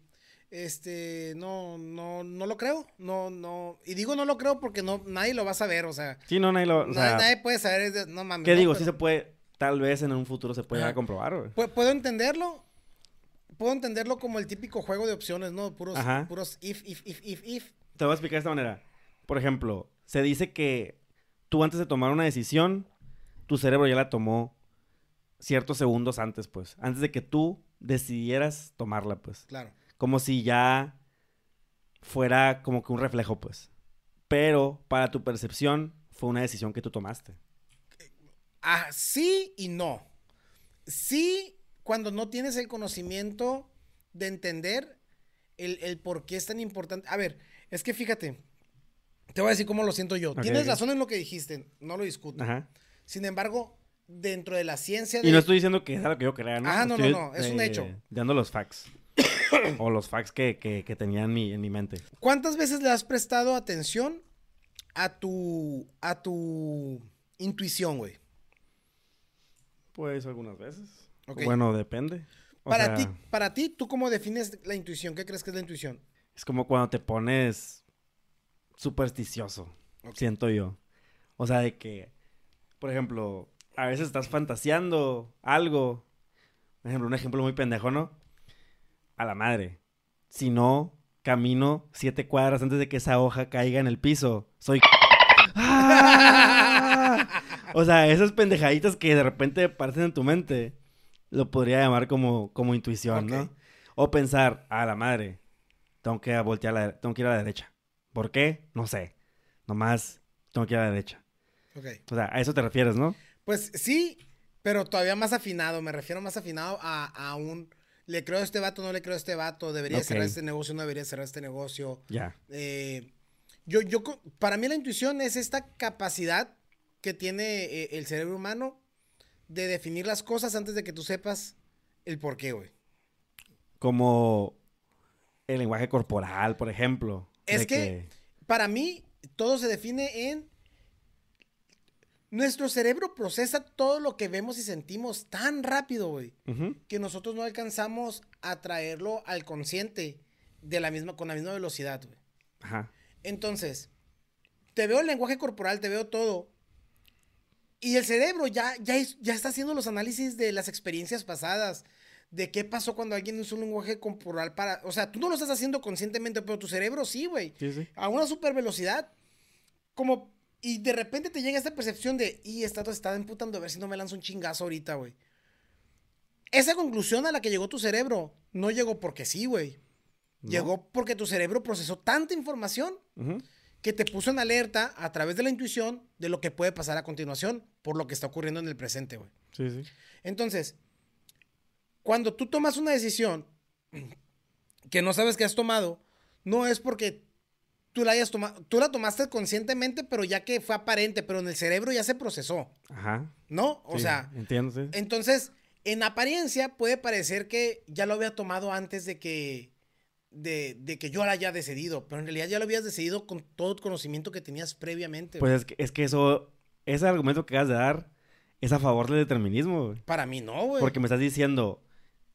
no lo creo, y digo no lo creo porque nadie lo va a saber, o sea, Sí, no, nadie lo... O sea, nadie puede saber, no mames, ¿qué no, digo? pero Sí se puede... Tal vez en un futuro se puede llegar a ajá. comprobar, güey. Puedo entenderlo como el típico juego de opciones, ¿no? Ajá. Puros if. Te voy a explicar de esta manera. Por ejemplo, se dice que tú antes de tomar una decisión, tu cerebro ya la tomó ciertos segundos antes, pues. Antes de que tú decidieras tomarla, pues. Claro. Como si ya fuera como que un reflejo, pues. Pero para tu percepción fue una decisión que tú tomaste. Ah, sí y no. Sí, cuando no tienes el conocimiento de entender el por qué es tan importante. A ver, es que fíjate, te voy a decir cómo lo siento yo. Ok, Tienes ok. razón en lo que dijiste, no lo discuto. Ajá. Sin embargo, dentro de la ciencia Y no estoy diciendo que es lo que yo crea, ¿no? Ajá, no, Estoy, es un hecho. dando los facts. O los facts que tenía en mi mente. ¿Cuántas veces le has prestado atención a tu intuición, güey? Pues algunas veces. Ok. Bueno, depende. O Para sea, ti, ¿tú cómo defines la intuición? ¿Qué crees que es la intuición? es como cuando te pones supersticioso, Ok. siento yo. O sea, de que, por ejemplo, a veces estás fantaseando algo. Por ejemplo, un ejemplo muy pendejo, ¿no? A la madre. Si no, camino 7 cuadras antes de que esa hoja caiga en el piso. Soy... ¡Ah! O sea, esas pendejaditas que de repente aparecen en tu mente, lo podría llamar como intuición, Ok. ¿no? O pensar, a la madre, tengo que tengo que ir a la derecha. ¿Por qué? No sé. Nomás tengo que ir a la derecha. Ok. O sea, a eso te refieres, ¿no? Pues sí, pero todavía más afinado. Me refiero más afinado a un... ¿Le creo a este vato no le creo a este vato? ¿Debería Ok. cerrar este negocio no debería cerrar este negocio? Ya. Para mí la intuición es esta capacidad que tiene el cerebro humano de definir las cosas antes de que tú sepas el por qué, güey. Como el lenguaje corporal, por ejemplo. Es De que para mí todo se define en... Nuestro cerebro procesa todo lo que vemos y sentimos tan rápido, güey, Ujú. que nosotros no alcanzamos a traerlo al consciente con la misma velocidad, güey. Ajá. Entonces, te veo el lenguaje corporal, te veo todo. Y el cerebro ya está haciendo los análisis de las experiencias pasadas, de qué pasó cuando alguien usó un lenguaje corporal para... O sea, tú no lo estás haciendo conscientemente, pero tu cerebro sí, güey. Sí, sí. A una super velocidad. Como... Y de repente te llega esta percepción de... Y esta está emputando a ver si no me lanzo un chingazo ahorita, güey. Esa conclusión a la que llegó tu cerebro no llegó porque sí, güey. ¿No? Llegó porque tu cerebro procesó tanta información Ujú. que te puso en alerta a través de la intuición de lo que puede pasar a continuación por lo que está ocurriendo en el presente, güey. Sí, sí. Entonces, cuando tú tomas una decisión que no sabes que has tomado, no es porque tú la hayas tomado, tú la tomaste conscientemente, pero ya que fue aparente, pero en el cerebro ya se procesó, Ajá. ¿no? O Sí, sea, entiendo, sí. entonces, en apariencia puede parecer que ya lo había tomado antes de que yo la haya decidido, pero en realidad ya lo habías decidido con todo el conocimiento que tenías previamente. Pues es que eso, ese argumento que acabas de dar es a favor del determinismo, güey. Para mí no, güey. Porque me estás diciendo,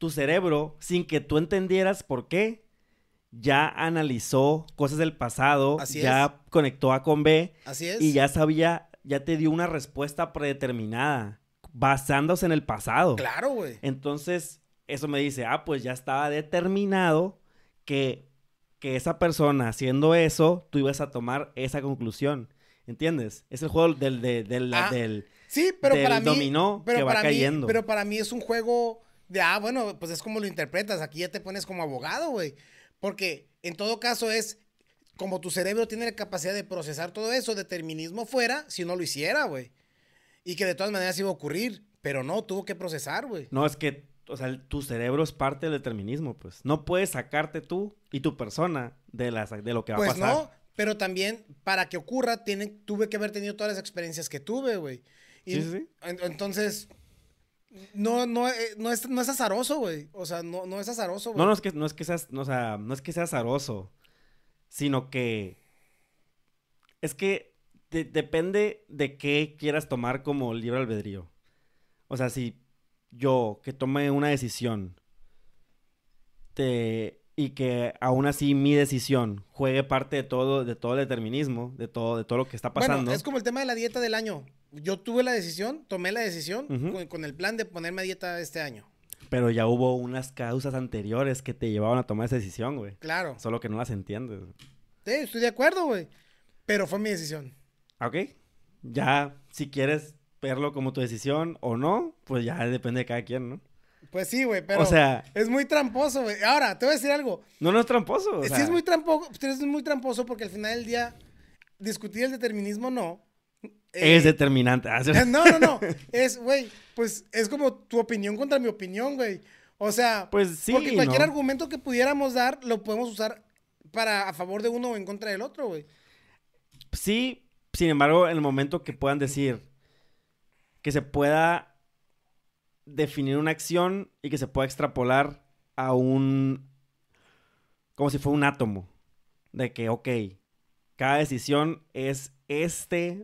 tu cerebro, sin que tú entendieras por qué, ya analizó cosas del pasado, Así ya conectó A con B Así es. y ya sabía, ya te dio una respuesta predeterminada, basándose en el pasado. Claro, güey. Entonces, eso me dice, pues ya estaba determinado que esa persona haciendo eso, tú ibas a tomar esa conclusión. ¿Entiendes? Es el juego del Sí, pero del para mí... dominó que va cayendo. Pero para mí es un juego de, bueno, pues es como lo interpretas. Aquí ya te pones como abogado, güey. Porque en todo caso es... Como tu cerebro tiene la capacidad de procesar todo eso, determinismo fuera si no lo hiciera, güey. Y que de todas maneras iba a ocurrir. Pero no, tuvo que procesar, güey. No, es que, o sea, tu cerebro es parte del determinismo, pues. No puedes sacarte tú y tu persona de lo que va a pasar. Pues no, pero también para que ocurra tuve que haber tenido todas las experiencias que tuve, güey. Y Sí. entonces, no es azaroso, güey. O sea, no es azaroso, güey. No es que seas, o sea, no es que sea azaroso, sino que es que depende de qué quieras tomar como libre albedrío. O sea, si yo que tome una decisión y que aún así mi decisión juegue parte de todo el determinismo, de todo lo que está pasando. Bueno, es como el tema de la dieta del año. Yo tomé la decisión Ujú. con el plan de ponerme a dieta este año. Pero ya hubo unas causas anteriores que te llevaban a tomar esa decisión, güey. Claro. Solo que no las entiendes. Sí, estoy de acuerdo, güey. Pero fue mi decisión. ¿Ok? Ya, si quieres verlo como tu decisión o no, pues ya depende de cada quien, ¿no? Pues sí, güey, pero O sea, es muy tramposo, güey. Ahora, te voy a decir algo. no es tramposo. O Sí, sea, es muy tramposo porque al final del día, discutir el determinismo no. es determinante. No. Es, güey, pues es como tu opinión contra mi opinión, güey. O sea, Pues sí, porque cualquier ¿no? argumento que pudiéramos dar lo podemos usar a favor de uno o en contra del otro, güey. Sí, sin embargo, en el momento que puedan decir que se pueda definir una acción y que se pueda extrapolar a como si fuera un átomo. De que, ok, cada decisión es este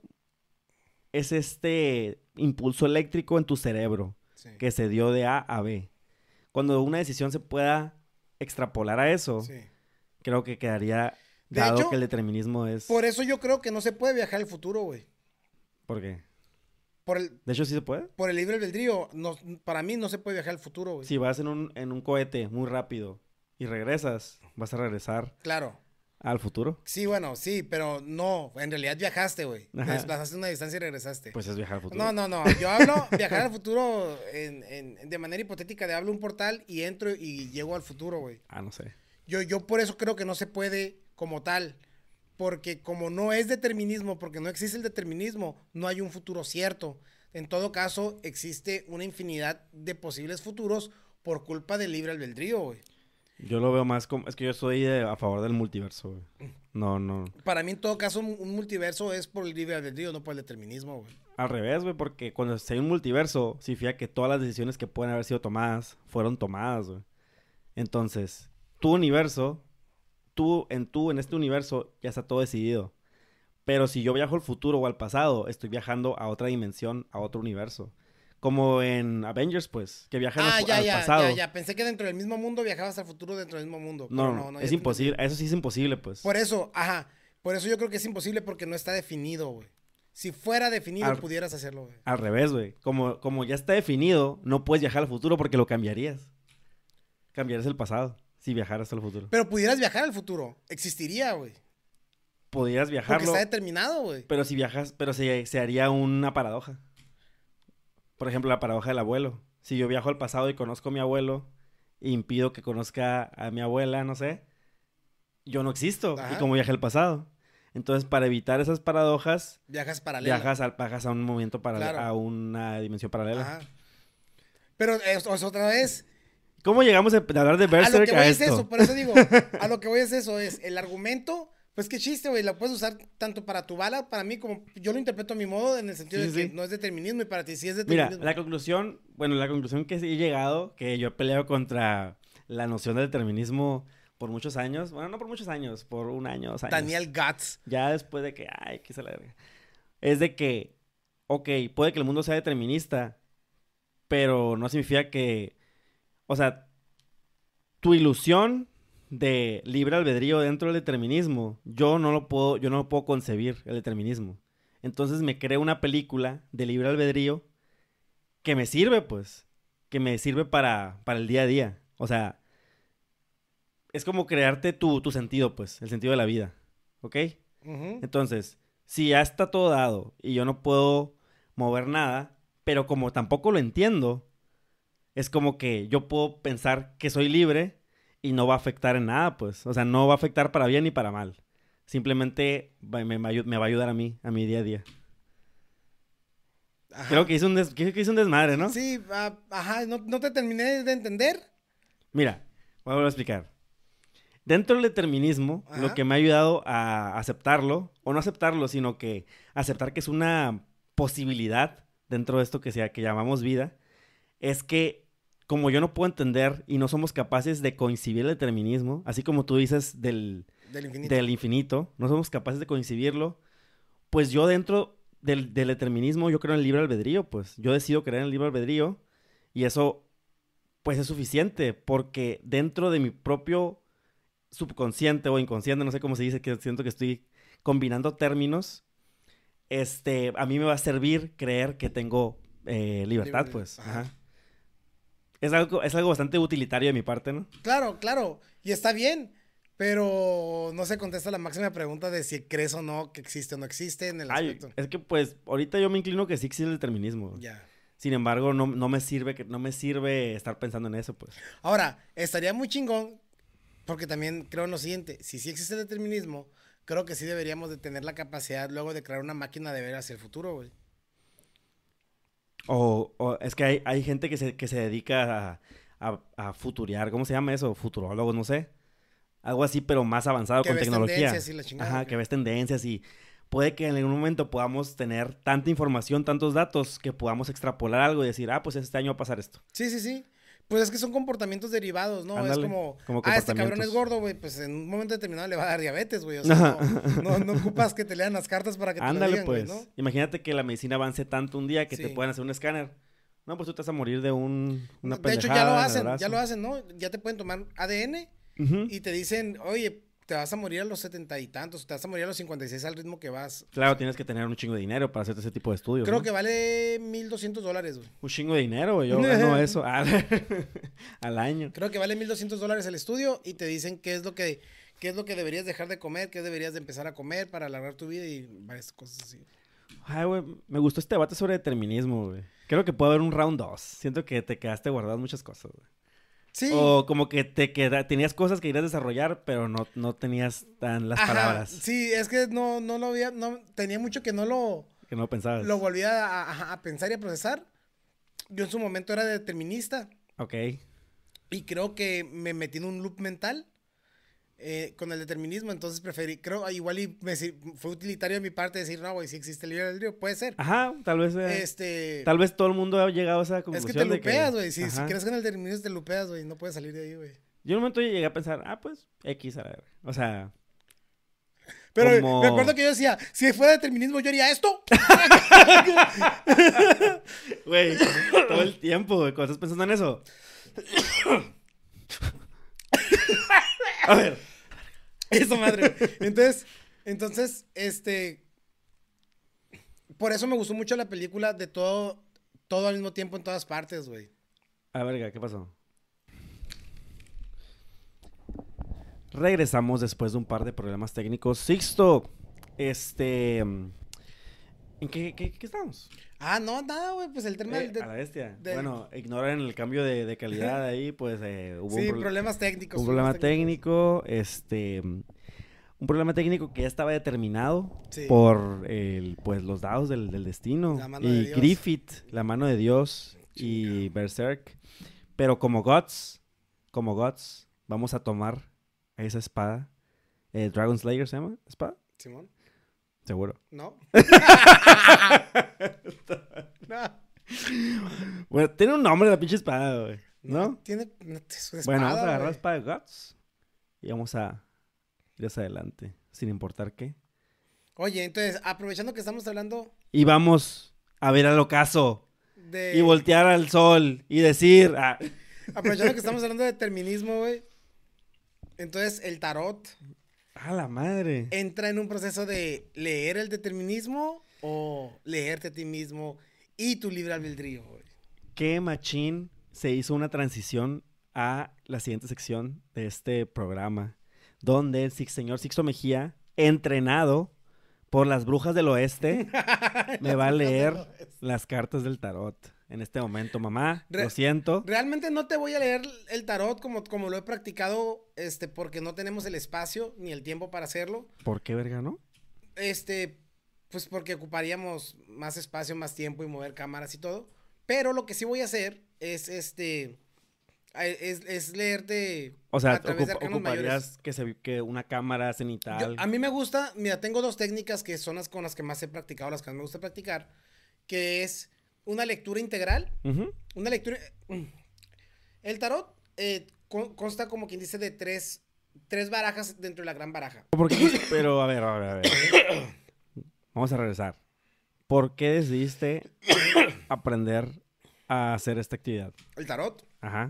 impulso eléctrico en tu cerebro Sí. que se dio de A a B. Cuando una decisión se pueda extrapolar a eso, Sí. creo que quedaría De dado hecho, que el determinismo es... Por eso yo creo que no se puede viajar al futuro, güey. ¿Por qué? Por el, De hecho, sí se puede. por el libre albedrío, para mí no se puede viajar al futuro, güey. Si vas en un cohete muy rápido y regresas, vas a regresar Claro. al futuro. Sí, bueno, sí, pero no, en realidad viajaste, güey. Te Ajá. desplazaste una distancia y regresaste. Pues es viajar al futuro. No, yo hablo viajar al futuro de manera hipotética, de hablo un portal y entro y llego al futuro, güey. No sé. Yo por eso creo que no se puede como tal, porque como no es determinismo, porque no existe el determinismo, no hay un futuro cierto. En todo caso, existe una infinidad de posibles futuros por culpa del libre albedrío, güey. Yo lo veo más como... Es que yo estoy a favor del multiverso, güey. No. Para mí, en todo caso, un multiverso es por el libre albedrío, no por el determinismo, güey. Al revés, güey, porque cuando se hay un multiverso, significa que todas las decisiones que pueden haber sido tomadas fueron tomadas, güey. Entonces, tu universo, en este universo, ya está todo decidido. Pero si yo viajo al futuro o al pasado, estoy viajando a otra dimensión, a otro universo. Como en Avengers, pues, que viajan al pasado. Ya. Pensé que dentro del mismo mundo viajabas al futuro dentro del mismo mundo. No, ya es te imposible. entendí. Eso sí es imposible, pues. Por eso, por eso yo creo que es imposible porque no está definido, güey. Si fuera definido, pudieras hacerlo, güey. Al revés, güey. Como ya está definido, no puedes viajar al futuro porque lo cambiarías. Cambiarías el pasado si viajaras al futuro. Pero pudieras viajar al futuro. Existiría, güey. Podrías Porque viajarlo, está determinado, güey. pero si viajas, pero se haría una paradoja. Por ejemplo, la paradoja del abuelo. Si yo viajo al pasado y conozco a mi abuelo e impido que conozca a mi abuela, no sé, yo no existo. Ajá. Y como viajé al pasado. Entonces, para evitar esas paradojas, Viajas paralelo. viajas a un momento paralelo, Claro. a una dimensión paralela. Ajá. Pero es otra vez. ¿Cómo llegamos a hablar de A lo Berserk que voy a es esto? eso, por eso digo, a lo que voy es eso, es el argumento, pues qué chiste, güey, la puedes usar tanto para tu bala, para mí, como yo lo interpreto a mi modo, en el sentido Sí, de que sí. no es determinismo y para ti sí es Mira, determinismo. la conclusión que sí he llegado, que yo he peleado contra la noción del determinismo por muchos años, bueno, no por muchos años, por un año, 2 años. Daniel Guts. Ya después de que, que se la verga. Es de que, ok, puede que el mundo sea determinista, pero no significa que, o sea, tu ilusión de libre albedrío dentro del determinismo, yo no lo puedo concebir, el determinismo. Entonces me creo una película de libre albedrío que me sirve, pues, que me sirve para el día a día. O sea, es como crearte tu sentido, pues, el sentido de la vida, ¿ok? Ujú. Entonces, si ya está todo dado y yo no puedo mover nada, pero como tampoco lo entiendo, es como que yo puedo pensar que soy libre y no va a afectar en nada, pues. O sea, no va a afectar para bien ni para mal. Simplemente me va a ayudar a mi día a día. Creo Ajá. que creo que hice un desmadre, ¿no? Sí, ajá, no te terminé de entender. Mira, voy a volver a explicar. Dentro del determinismo, lo Ajá. que me ha ayudado a aceptarlo, o no aceptarlo, sino que aceptar que es una posibilidad dentro de esto que llamamos vida, es que como yo no puedo entender y no somos capaces de coincidir el determinismo, así como tú dices Del infinito. del infinito, no somos capaces de coincidirlo, pues yo dentro del determinismo yo creo en el libre albedrío, pues yo decido creer en el libre albedrío y eso pues es suficiente porque dentro de mi propio subconsciente o inconsciente, no sé cómo se dice, que siento que estoy combinando términos, a mí me va a servir creer que tengo libertad, pues. Ajá. Ajá. Es algo bastante utilitario de mi parte, ¿no? Claro, claro. Y está bien. Pero no se contesta la máxima pregunta de si crees o no que existe o no existe en el Ay, aspecto. es que pues ahorita yo me inclino que sí existe el determinismo. Ya. Sin embargo, no me sirve no me sirve estar pensando en eso, pues. Ahora, estaría muy chingón, porque también creo en lo siguiente, si sí existe el determinismo, creo que sí deberíamos de tener la capacidad luego de crear una máquina de ver hacia el futuro, güey. O es que hay gente que se dedica a futurear, ¿cómo se llama eso? Futurólogos, no sé. Algo así, pero más avanzado Que con ves tecnología. tendencias y la chingada. Ajá, Ok. que ves tendencias y puede que en algún momento podamos tener tanta información, tantos datos, que podamos extrapolar algo y decir, ah, pues este año va a pasar esto. Sí, sí, sí. Pues es que son comportamientos derivados, ¿no? Es Ándale, como, como este cabrón es comportamientos. gordo, güey, pues en un momento determinado le va a dar diabetes, güey. O sea, Ajá. no ocupas que te lean las cartas para que te lo Ándale, digan, güey, ¿no? pues. Imagínate que la medicina avance tanto un día que te Sí. puedan hacer un escáner. No, pues tú te vas a morir de una De hecho, ya lo pendejada en el hacen, brazo. ¿no? Ya te pueden tomar ADN Ujú. y te dicen, oye, te vas a morir a los 70 y tantos, te vas a morir a los 56 al ritmo que vas. O Claro, sea, tienes que tener un chingo de dinero para hacer ese tipo de estudios, creo ¿no? que vale $1,200, güey. Un chingo de dinero, güey. Yo gano eso al año. Creo que vale $1,200 el estudio y te dicen qué es lo que deberías dejar de comer, qué deberías de empezar a comer para alargar tu vida y varias cosas así. Ay, güey, me gustó este debate sobre determinismo, güey. Creo que puede haber un round 2. Siento que te quedaste guardado muchas cosas, güey. Sí, O como que tenías cosas que querías desarrollar, pero no tenías tan las ajá, palabras sí, es que no lo había, no, tenía mucho que no que no pensabas. lo volvía a pensar y a procesar. Yo en su momento era determinista Ok. y creo que me metí en un loop mental con el determinismo, entonces preferí, creo, igual fue utilitario de mi parte decir, no, güey, si existe el libre albedrío, puede ser. Ajá, Este, tal vez todo el mundo ha llegado a esa es que conclusión te de lupeas, que... güey, si Ajá. crees que en el determinismo te lupeas, güey, no puedes salir de ahí, güey. Yo en un momento llegué a pensar, ah, pues, X, a ver. O sea, Pero me acuerdo como... que yo decía, si fuera determinismo, yo haría esto. Güey, todo el tiempo, güey, cuando estás pensando en eso. A ver. Eso, madre. Entonces, por eso me gustó mucho la película de todo al mismo tiempo en todas partes, güey. A verga, ¿qué pasó? Regresamos después de un par de problemas técnicos. Sixto, ¿en qué estamos? Ah, no, nada, güey, pues el tema A la bestia. del- Bueno, ignoren el cambio de calidad ahí, pues hubo sí, problemas técnicos. un problemas problema técnicos. técnico, un problema técnico que ya estaba determinado Sí. por pues los dados del destino. La mano Y de Dios. Griffith, la mano de Dios, y Berserk. Pero como Guts, vamos a tomar esa espada. Dragon Slayer se llama, ¿espada? Simón, Seguro. ¿no? No. Bueno, tiene un nombre la pinche espada, güey. ¿No? No, es su Bueno, vamos a espada, agarrar la güey. espada de Guts y vamos a ir hacia adelante, sin importar qué. Oye, entonces, aprovechando que estamos hablando Y vamos a ver al ocaso de... y voltear al sol y decir... Aprovechando que estamos hablando de determinismo, güey. Entonces, el tarot ¡A la madre! entra en un proceso de leer el determinismo o leerte a ti mismo y tu libre albedrío, güey. ¿Qué machín se hizo una transición a la siguiente sección de este programa? Donde el señor Sixto Mejía, entrenado por las brujas del oeste, me va a leer las cartas del tarot. En este momento, mamá, lo siento. Realmente no te voy a leer el tarot como lo he practicado, porque no tenemos el espacio ni el tiempo para hacerlo. ¿Por qué, verga, no? Pues porque ocuparíamos más espacio, más tiempo y mover cámaras y todo. Pero lo que sí voy a hacer es leerte O sea, a través de arcanos ocuparías que una cámara cenital. A mí me gusta, mira, tengo dos técnicas que son las con las que más he practicado, las que más me gusta practicar, que es una lectura integral, una lectura... El tarot consta, como quien dice, de tres barajas dentro de la gran baraja. Pero, a ver. Vamos a regresar. ¿Por qué decidiste aprender a hacer esta actividad? ¿El tarot? Ajá.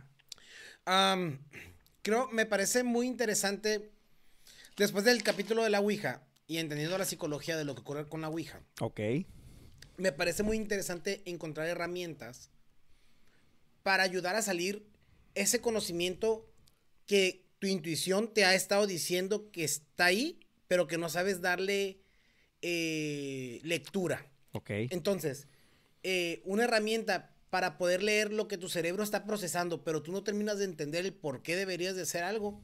Me parece muy interesante, después del capítulo de la Ouija y entendiendo la psicología de lo que ocurre con la Ouija. Ok. Me parece muy interesante encontrar herramientas para ayudar a salir ese conocimiento que tu intuición te ha estado diciendo que está ahí, pero que no sabes darle lectura. Ok. Entonces, una herramienta para poder leer lo que tu cerebro está procesando, pero tú no terminas de entender el por qué deberías de hacer algo,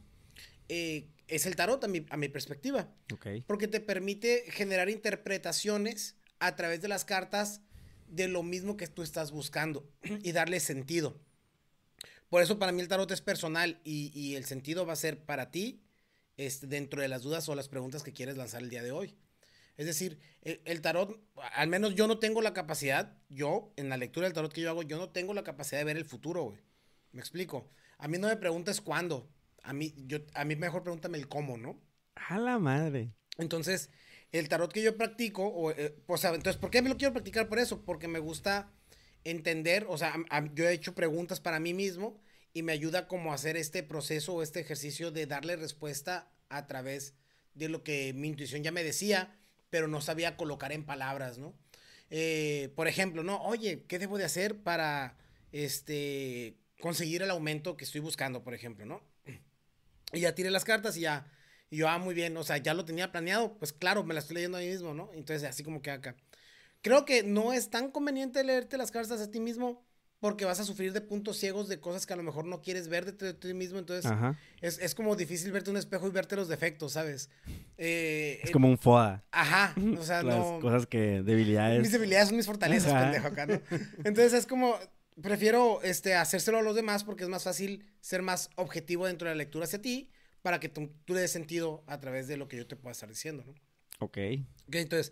es el tarot a mi perspectiva. Ok. Porque te permite generar interpretaciones a través de las cartas de lo mismo que tú estás buscando y darle sentido. Por eso para mí el tarot es personal y el sentido va a ser para ti dentro de las dudas o las preguntas que quieres lanzar el día de hoy. Es decir, el tarot, al menos yo no tengo la capacidad, en la lectura del tarot que yo hago, yo no tengo la capacidad de ver el futuro, güey. ¿Me explico? A mí no me preguntes cuándo, a mí mejor pregúntame el cómo, ¿no? ¡A la madre! Entonces, el tarot que yo practico, entonces, ¿por qué me lo quiero practicar por eso? Porque me gusta entender, yo he hecho preguntas para mí mismo y me ayuda como a hacer este proceso o este ejercicio de darle respuesta a través de lo que mi intuición ya me decía, pero no sabía colocar en palabras, ¿no? Por ejemplo, ¿no? Oye, ¿qué debo de hacer para, conseguir el aumento que estoy buscando, por ejemplo, ¿no? Y ya tiré las cartas y yo, muy bien, o sea, ya lo tenía planeado, pues claro, me la estoy leyendo a mí mismo, ¿no? Entonces, así como que acá. Creo que no es tan conveniente leerte las cartas a ti mismo porque vas a sufrir de puntos ciegos de cosas que a lo mejor no quieres ver de ti mismo, entonces es como difícil verte un espejo y verte los defectos, ¿sabes? Es como un FODA. Ajá, o sea, las no... cosas debilidades. Mis debilidades son mis fortalezas, pendejo, acá, ¿no? Entonces es como, prefiero hacérselo a los demás porque es más fácil ser más objetivo dentro de la lectura hacia ti para que tú le des sentido a través de lo que yo te pueda estar diciendo, ¿no? Ok. Entonces,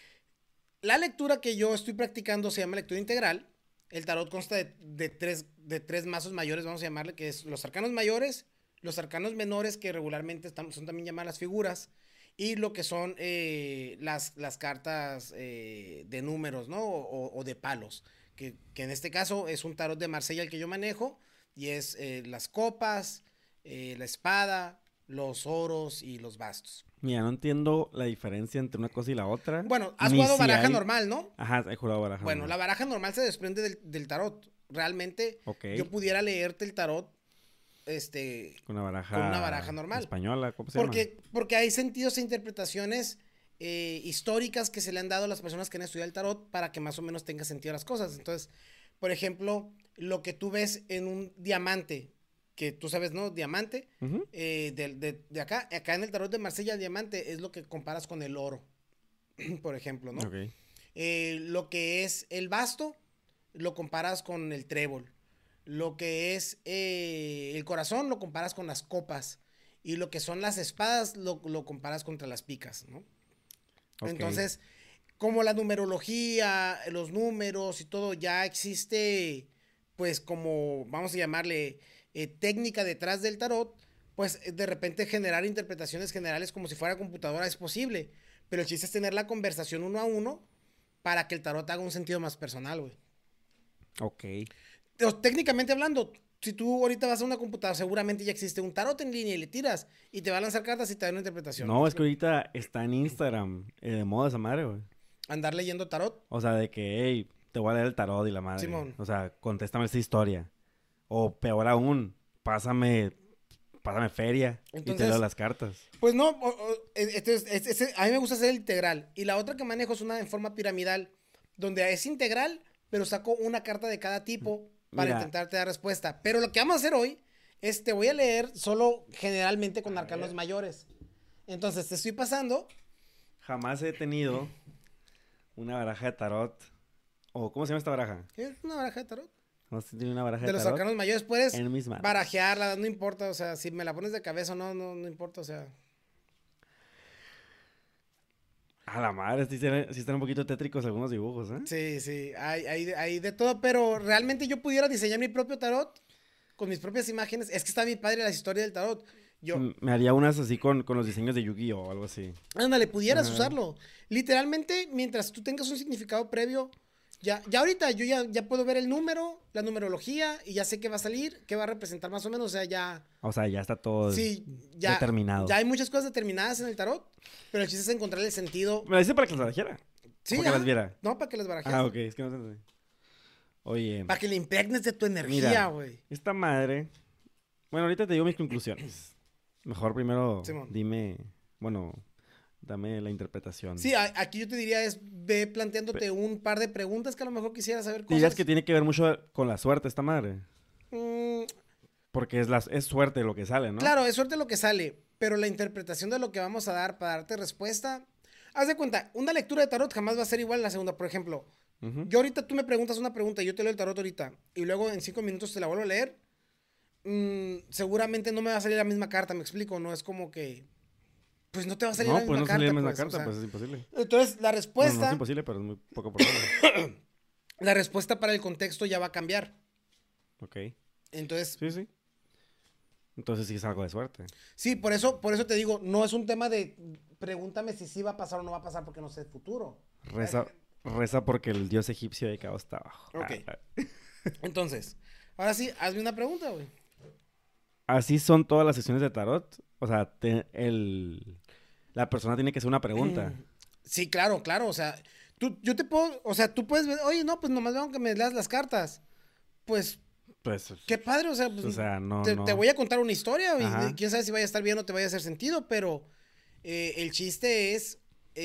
la lectura que yo estoy practicando se llama lectura integral. El tarot consta de tres mazos mayores, vamos a llamarle, que es los arcanos mayores, los arcanos menores, que regularmente son también llamadas las figuras, y lo que son las cartas de números, ¿no? O de palos, que en este caso es un tarot de Marsella el que yo manejo, y es las copas, la espada, los oros y los bastos. Mira, no entiendo la diferencia entre una cosa y la otra. Bueno, has jugado baraja normal, ¿no? Ajá, he jugado baraja normal. Bueno, la baraja normal se desprende del tarot. Realmente, yo pudiera leerte el tarot con una baraja normal. Española, ¿cómo se llama? Porque hay sentidos e interpretaciones históricas que se le han dado a las personas que han estudiado el tarot para que más o menos tenga sentido las cosas. Entonces, por ejemplo, lo que tú ves en un diamante, que tú sabes, ¿no? Diamante, de acá en el tarot de Marsella, el diamante es lo que comparas con el oro, por ejemplo, ¿no? Okay. Lo que es el basto, lo comparas con el trébol. Lo que es el corazón, lo comparas con las copas. Y lo que son las espadas, lo comparas contra las picas, ¿no? Okay. Entonces, como la numerología, los números y todo, ya existe, pues como, vamos a llamarle, técnica detrás del tarot, pues de repente generar interpretaciones generales como si fuera computadora es posible, pero el chiste es tener la conversación uno a uno para que el tarot haga un sentido más personal, güey. Ok. Técnicamente hablando, si tú ahorita vas a una computadora, seguramente ya existe un tarot en línea y le tiras y te va a lanzar cartas y te da una interpretación. No, es que ahorita está en Instagram, de moda esa madre, güey. Andar leyendo tarot. O sea, de que, hey, te voy a leer el tarot y la madre. Simón. O sea, contéstame esta historia. O peor aún, pásame feria y te Entonces, leo las cartas. pues no, a mí me gusta hacer el integral. Y la otra que manejo es una en forma piramidal, donde es integral, pero saco una carta de cada tipo para Mira. intentarte dar respuesta. Pero lo que vamos a hacer hoy es te voy a leer solo generalmente con arcanos mayores. Entonces te estoy pasando. Jamás he tenido una baraja de tarot. O, ¿cómo se llama esta baraja? ¿Qué es una baraja de tarot? No sé si tiene una baraja De de los tarot. arcanos mayores puedes En mis manos. barajearla, no importa, o sea, si me la pones de cabeza o no, no importa, o sea. A la madre, sí están un poquito tétricos algunos dibujos, ¿eh? Sí, hay de todo, pero realmente yo pudiera diseñar mi propio tarot con mis propias imágenes. Es que está bien padre la historia del tarot. Yo, Me haría unas así con los diseños de Yu-Gi-Oh! O algo así. ándale, pudieras Ajá. usarlo. Literalmente, mientras tú tengas un significado previo, ya ahorita yo ya puedo ver el número, la numerología, y ya sé qué va a salir, qué va a representar más o menos, o sea, ya... O sea, ya está todo Sí, ya, determinado. ya hay muchas cosas determinadas en el tarot, pero el chiste es encontrar el sentido. Me la hice para que las barajara. Sí, Para que ajá. las viera. No, para que las barajes. Ah, ok, es que no sé. Oye, Para que le impregnes de tu energía, mira, güey. esta madre. Bueno, ahorita te digo mis conclusiones. Mejor primero Simón. dime, bueno, dame la interpretación. Sí, aquí yo te diría es, ve planteándote un par de preguntas que a lo mejor quisieras saber cosas. Dirías que tiene que ver mucho con la suerte esta madre. Mm, Porque es suerte lo que sale, ¿no? claro, es suerte lo que sale, pero la interpretación de lo que vamos a dar para darte respuesta... Haz de cuenta, una lectura de tarot jamás va a ser igual a la segunda. Por ejemplo, Ujú. yo ahorita tú me preguntas una pregunta y yo te leo el tarot ahorita y luego en 5 minutos te la vuelvo a leer. Seguramente no me va a salir la misma carta, me explico, no es como que... Pues no te va a salir la No, misma pues no carta. sale la misma pues, carta, o sea. pues es imposible. Entonces, la Bueno, no respuesta, es imposible, pero es muy poco probable. la respuesta para el contexto ya va a cambiar. Ok. Entonces, Sí, sí. Entonces sí es algo de suerte. sí, por eso te digo, no es un tema de pregúntame si sí va a pasar o no va a pasar porque no sé el futuro. Reza porque el dios egipcio de caos está abajo. Ok. Entonces, ahora sí, hazme una pregunta, güey. Así son todas las sesiones de tarot. O sea, la persona tiene que hacer una pregunta. Sí, claro, o sea, yo te puedo, o sea, tú puedes ver, oye, no, pues nomás veo que me leas las cartas. Pues, Pues, qué padre, o sea, pues, no, te voy a contar una historia Ajá. y quién sabe si vaya a estar bien o te vaya a hacer sentido, pero el chiste es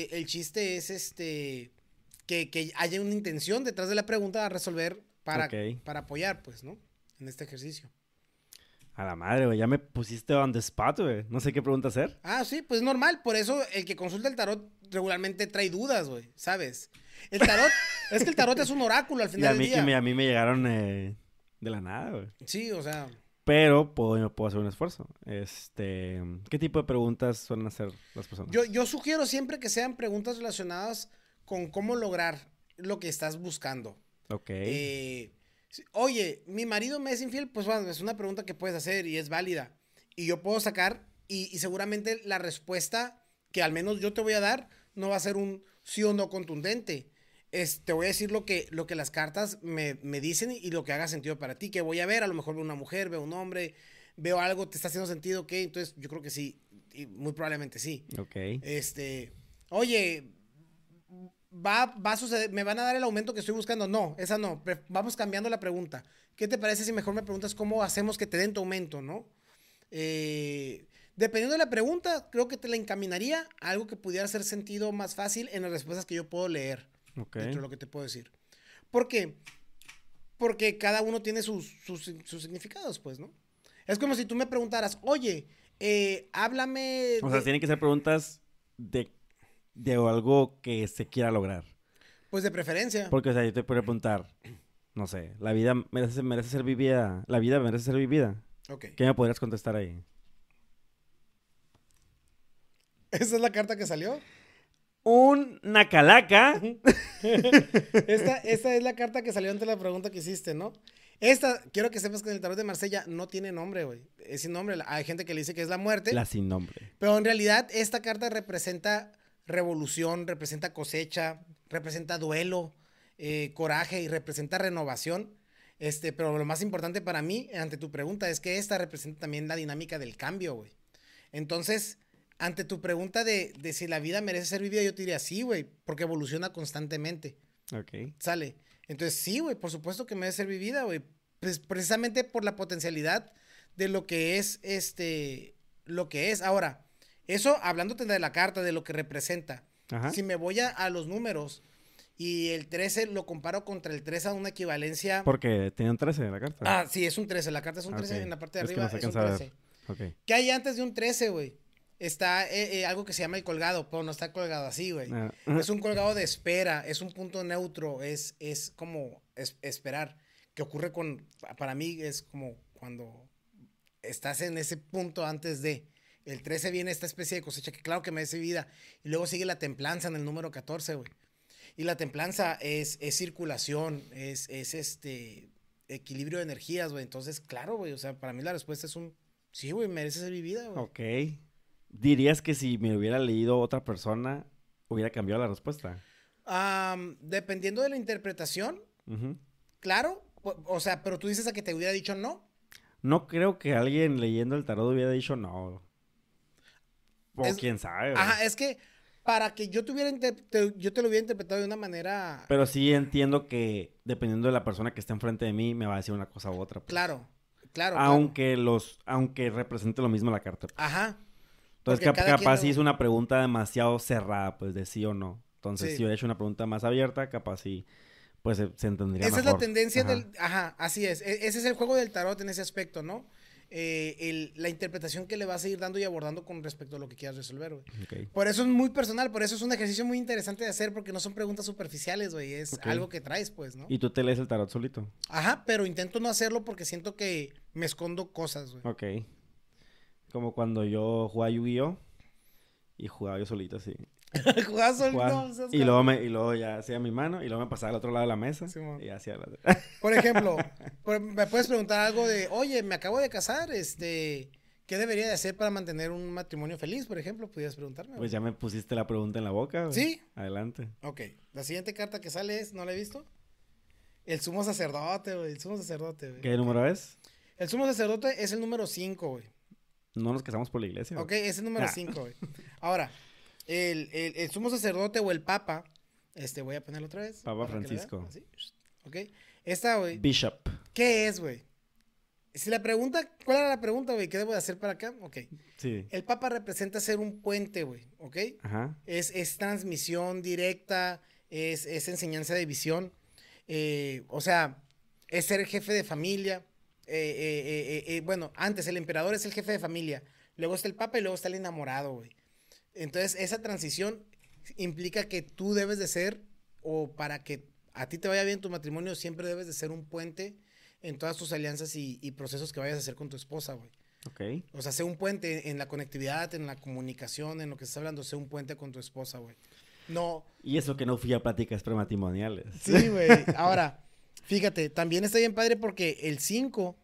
que haya una intención detrás de la pregunta a resolver para apoyar, pues, ¿no? En este ejercicio. A la madre, güey. Ya me pusiste on the spot, güey. No sé qué pregunta hacer. Ah, sí, pues normal. Por eso el que consulta el tarot regularmente trae dudas, güey, ¿sabes? El tarot, es que el tarot es un oráculo al Y final del día. a mí me llegaron de la nada, güey. Sí, o sea, Pero puedo hacer un esfuerzo. ¿Qué tipo de preguntas suelen hacer las personas? yo sugiero siempre que sean preguntas relacionadas con cómo lograr lo que estás buscando. Ok. Oye, mi marido me es infiel, pues bueno, es una pregunta que puedes hacer y es válida. Y yo puedo sacar, y seguramente la respuesta que al menos yo te voy a dar no va a ser un sí o no contundente. Te voy a decir lo que las cartas me dicen y lo que haga sentido para ti. Que voy a ver, a lo mejor veo una mujer, veo un hombre, veo algo, te está haciendo sentido, ¿ok? Entonces yo creo que sí, y muy probablemente sí. Ok. Oye, va a suceder, me van a dar el aumento que estoy buscando. No, esa no. Vamos cambiando la pregunta. ¿Qué te parece si mejor me preguntas cómo hacemos que te den tu aumento, no? Dependiendo de la pregunta, creo que te la encaminaría a algo que pudiera hacer sentido más fácil en las respuestas que yo puedo leer. Ok. Dentro de lo que te puedo decir. ¿Por qué? Porque cada uno tiene sus significados, pues, ¿no? Es como si tú me preguntaras, oye, háblame... O sea, tienen que ser preguntas de algo que se quiera lograr. Pues de preferencia. Porque, o sea, yo te puedo preguntar, no sé, ¿la vida merece ser vivida? ¿La vida merece ser vivida? Ok. ¿Qué me podrías contestar ahí? ¿Esa es la carta que salió? Una calaca. Esta es la carta que salió ante la pregunta que hiciste, ¿no? Quiero que sepas que en el tarot de Marsella no tiene nombre, güey. Es sin nombre. Hay gente que le dice que es la muerte. La sin nombre. Pero en realidad esta carta representa revolución, representa cosecha, representa duelo, coraje y representa renovación. Pero lo más importante para mí, ante tu pregunta, es que esta representa también la dinámica del cambio, güey. Entonces, ante tu pregunta de si la vida merece ser vivida, yo te diría sí, güey, porque evoluciona constantemente. Ok. ¿Sale? Entonces, sí, güey, por supuesto que merece ser vivida, güey. Pues precisamente por la potencialidad de lo que es, lo que es. Ahora, eso hablándote de la carta, de lo que representa. Ajá. Si me voy a los números y el 13 lo comparo contra el 3 a una equivalencia. Porque tenían 13 en la carta. Ah, sí, es un 13. La carta es un 13 Ok. en la parte de Es que arriba. no se Es un alcanza a 13. ver. Ok. ¿Qué hay antes de un 13, güey? Está algo que se llama el colgado, pero no está colgado así, güey. Ah, Es un colgado de espera, es un punto neutro, es como esperar. Que ocurre para mí es como cuando estás en ese punto antes de. El 13 viene esta especie de cosecha que claro que merece vida. Y luego sigue la templanza en el número 14, güey. Y la templanza es circulación, es equilibrio de energías, güey. Entonces, claro, güey, o sea, para mí la respuesta es sí, güey, merece ser vivida, güey. ok. ¿Dirías que si me hubiera leído otra persona, hubiera cambiado la respuesta? Dependiendo de la interpretación, Ujú. claro, o sea, pero tú dices a que te hubiera dicho no. No creo que alguien leyendo el tarot hubiera dicho no. O quién sabe, güey. Ajá, es que para que yo yo te lo hubiera interpretado de una manera. Pero sí entiendo que dependiendo de la persona que esté enfrente de mí, me va a decir una cosa u otra. Pues. Claro, claro. Aunque represente lo mismo la carta. Pues. Ajá. Entonces, Porque cada capaz quien sí es una pregunta demasiado cerrada, pues, de sí o no. Entonces, Sí. si hubiera hecho una pregunta más abierta, capaz sí, pues, se entendería Esa mejor. es la tendencia Ajá. Ajá, así es. Ese es el juego del tarot en ese aspecto, ¿no? La interpretación que le vas a ir dando y abordando con respecto a lo que quieras resolver, güey. Ok. Por eso es muy personal, por eso es un ejercicio muy interesante de hacer, porque no son preguntas superficiales, güey. Es Ok. algo que traes, pues, ¿no? ¿Y tú te lees el tarot solito? Ajá, pero intento no hacerlo porque siento que me escondo cosas, güey. Ok. Como cuando yo jugaba Yu-Gi-Oh! Y jugaba yo solito, así. Jugabas solito, Jugaba. no seas Y cabrón. luego ya hacía mi mano y luego me pasaba al otro lado de la mesa Sí, man. y hacía la... Por ejemplo, me puedes preguntar algo de, oye, me acabo de casar, ¿qué debería de hacer para mantener un matrimonio feliz, por ejemplo? Pudieras preguntarme. Pues ya me pusiste la pregunta en la boca, güey. ¿Sí? Adelante. Ok, la siguiente carta que sale es, ¿no la he visto? El sumo sacerdote, güey, el sumo sacerdote, güey. ¿Qué número es? El sumo sacerdote es el número 5, güey. No nos casamos por la iglesia. Ok, es el número 5, güey. Ahora, el sumo sacerdote o el papa, voy a ponerlo otra vez. Papa para que lo vean, Francisco. así. Ok, esta, güey, Bishop. ¿qué es, güey? Si la pregunta, ¿cuál era la pregunta, güey? ¿Qué debo de hacer para acá? Ok. Sí. El papa representa ser un puente, güey, ¿ok? Ajá. Es transmisión directa, es enseñanza de visión, o sea, es ser jefe de familia. Bueno, antes el emperador es el jefe de familia, luego está el papa y luego está el enamorado, güey. Entonces, esa transición implica que tú debes de ser, o para que a ti te vaya bien tu matrimonio, siempre debes de ser un puente en todas tus alianzas y procesos que vayas a hacer con tu esposa, güey. Ok. O sea, sé un puente en la conectividad, en la comunicación, en lo que estás hablando, sé un puente con tu esposa, güey. No. Y eso que no fui a pláticas prematrimoniales. Sí, güey. Ahora, fíjate, también está bien padre porque el 5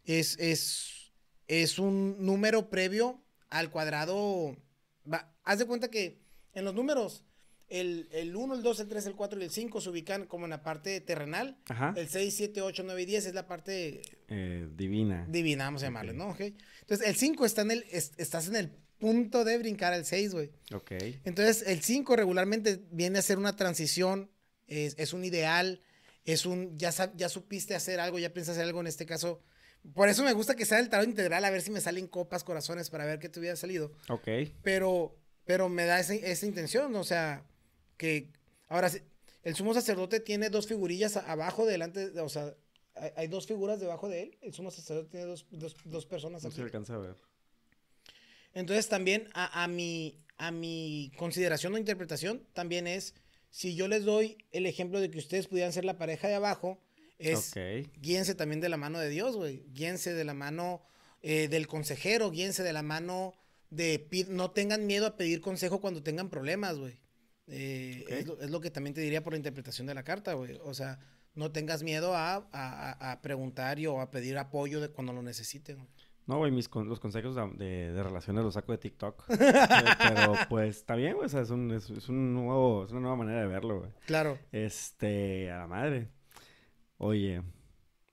es un número previo al cuadrado. Haz de cuenta que en los números, el 1, el 2, el 3, el 4 y el 5 se ubican como en la parte terrenal. Ajá. El 6, 7, 8, 9 y 10 es la parte Divina. divina, vamos a llamarle, Ok. ¿no? Okay. Entonces, el 5 estás en el punto de brincar al 6, güey. Ok. Entonces, el 5 regularmente viene a ser una transición, es un ideal, ya supiste hacer algo, ya piensas hacer algo en este caso. Por eso me gusta que sea el tarot integral, a ver si me salen copas, corazones, para ver qué te hubiera salido. Ok. Pero me da esa intención, o sea, que ahora el sumo sacerdote tiene dos figurillas abajo, delante, o sea, hay dos figuras debajo de él. El sumo sacerdote tiene dos personas No aquí. se alcanza a ver. Entonces también a mi consideración o interpretación también es, si yo les doy el ejemplo de que ustedes pudieran ser la pareja de abajo, es guíense también de la mano de Dios, güey. Guíense de la mano del consejero, guíense de la mano no tengan miedo a pedir consejo cuando tengan problemas, güey. Es lo que también te diría por la interpretación de la carta, güey. O sea, no tengas miedo a preguntar o a pedir apoyo cuando lo necesiten, güey. No, güey, los consejos de relaciones los saco de TikTok. Pero pues está bien, güey. O sea, es una nueva manera de verlo, güey. Claro. A la madre. Oye,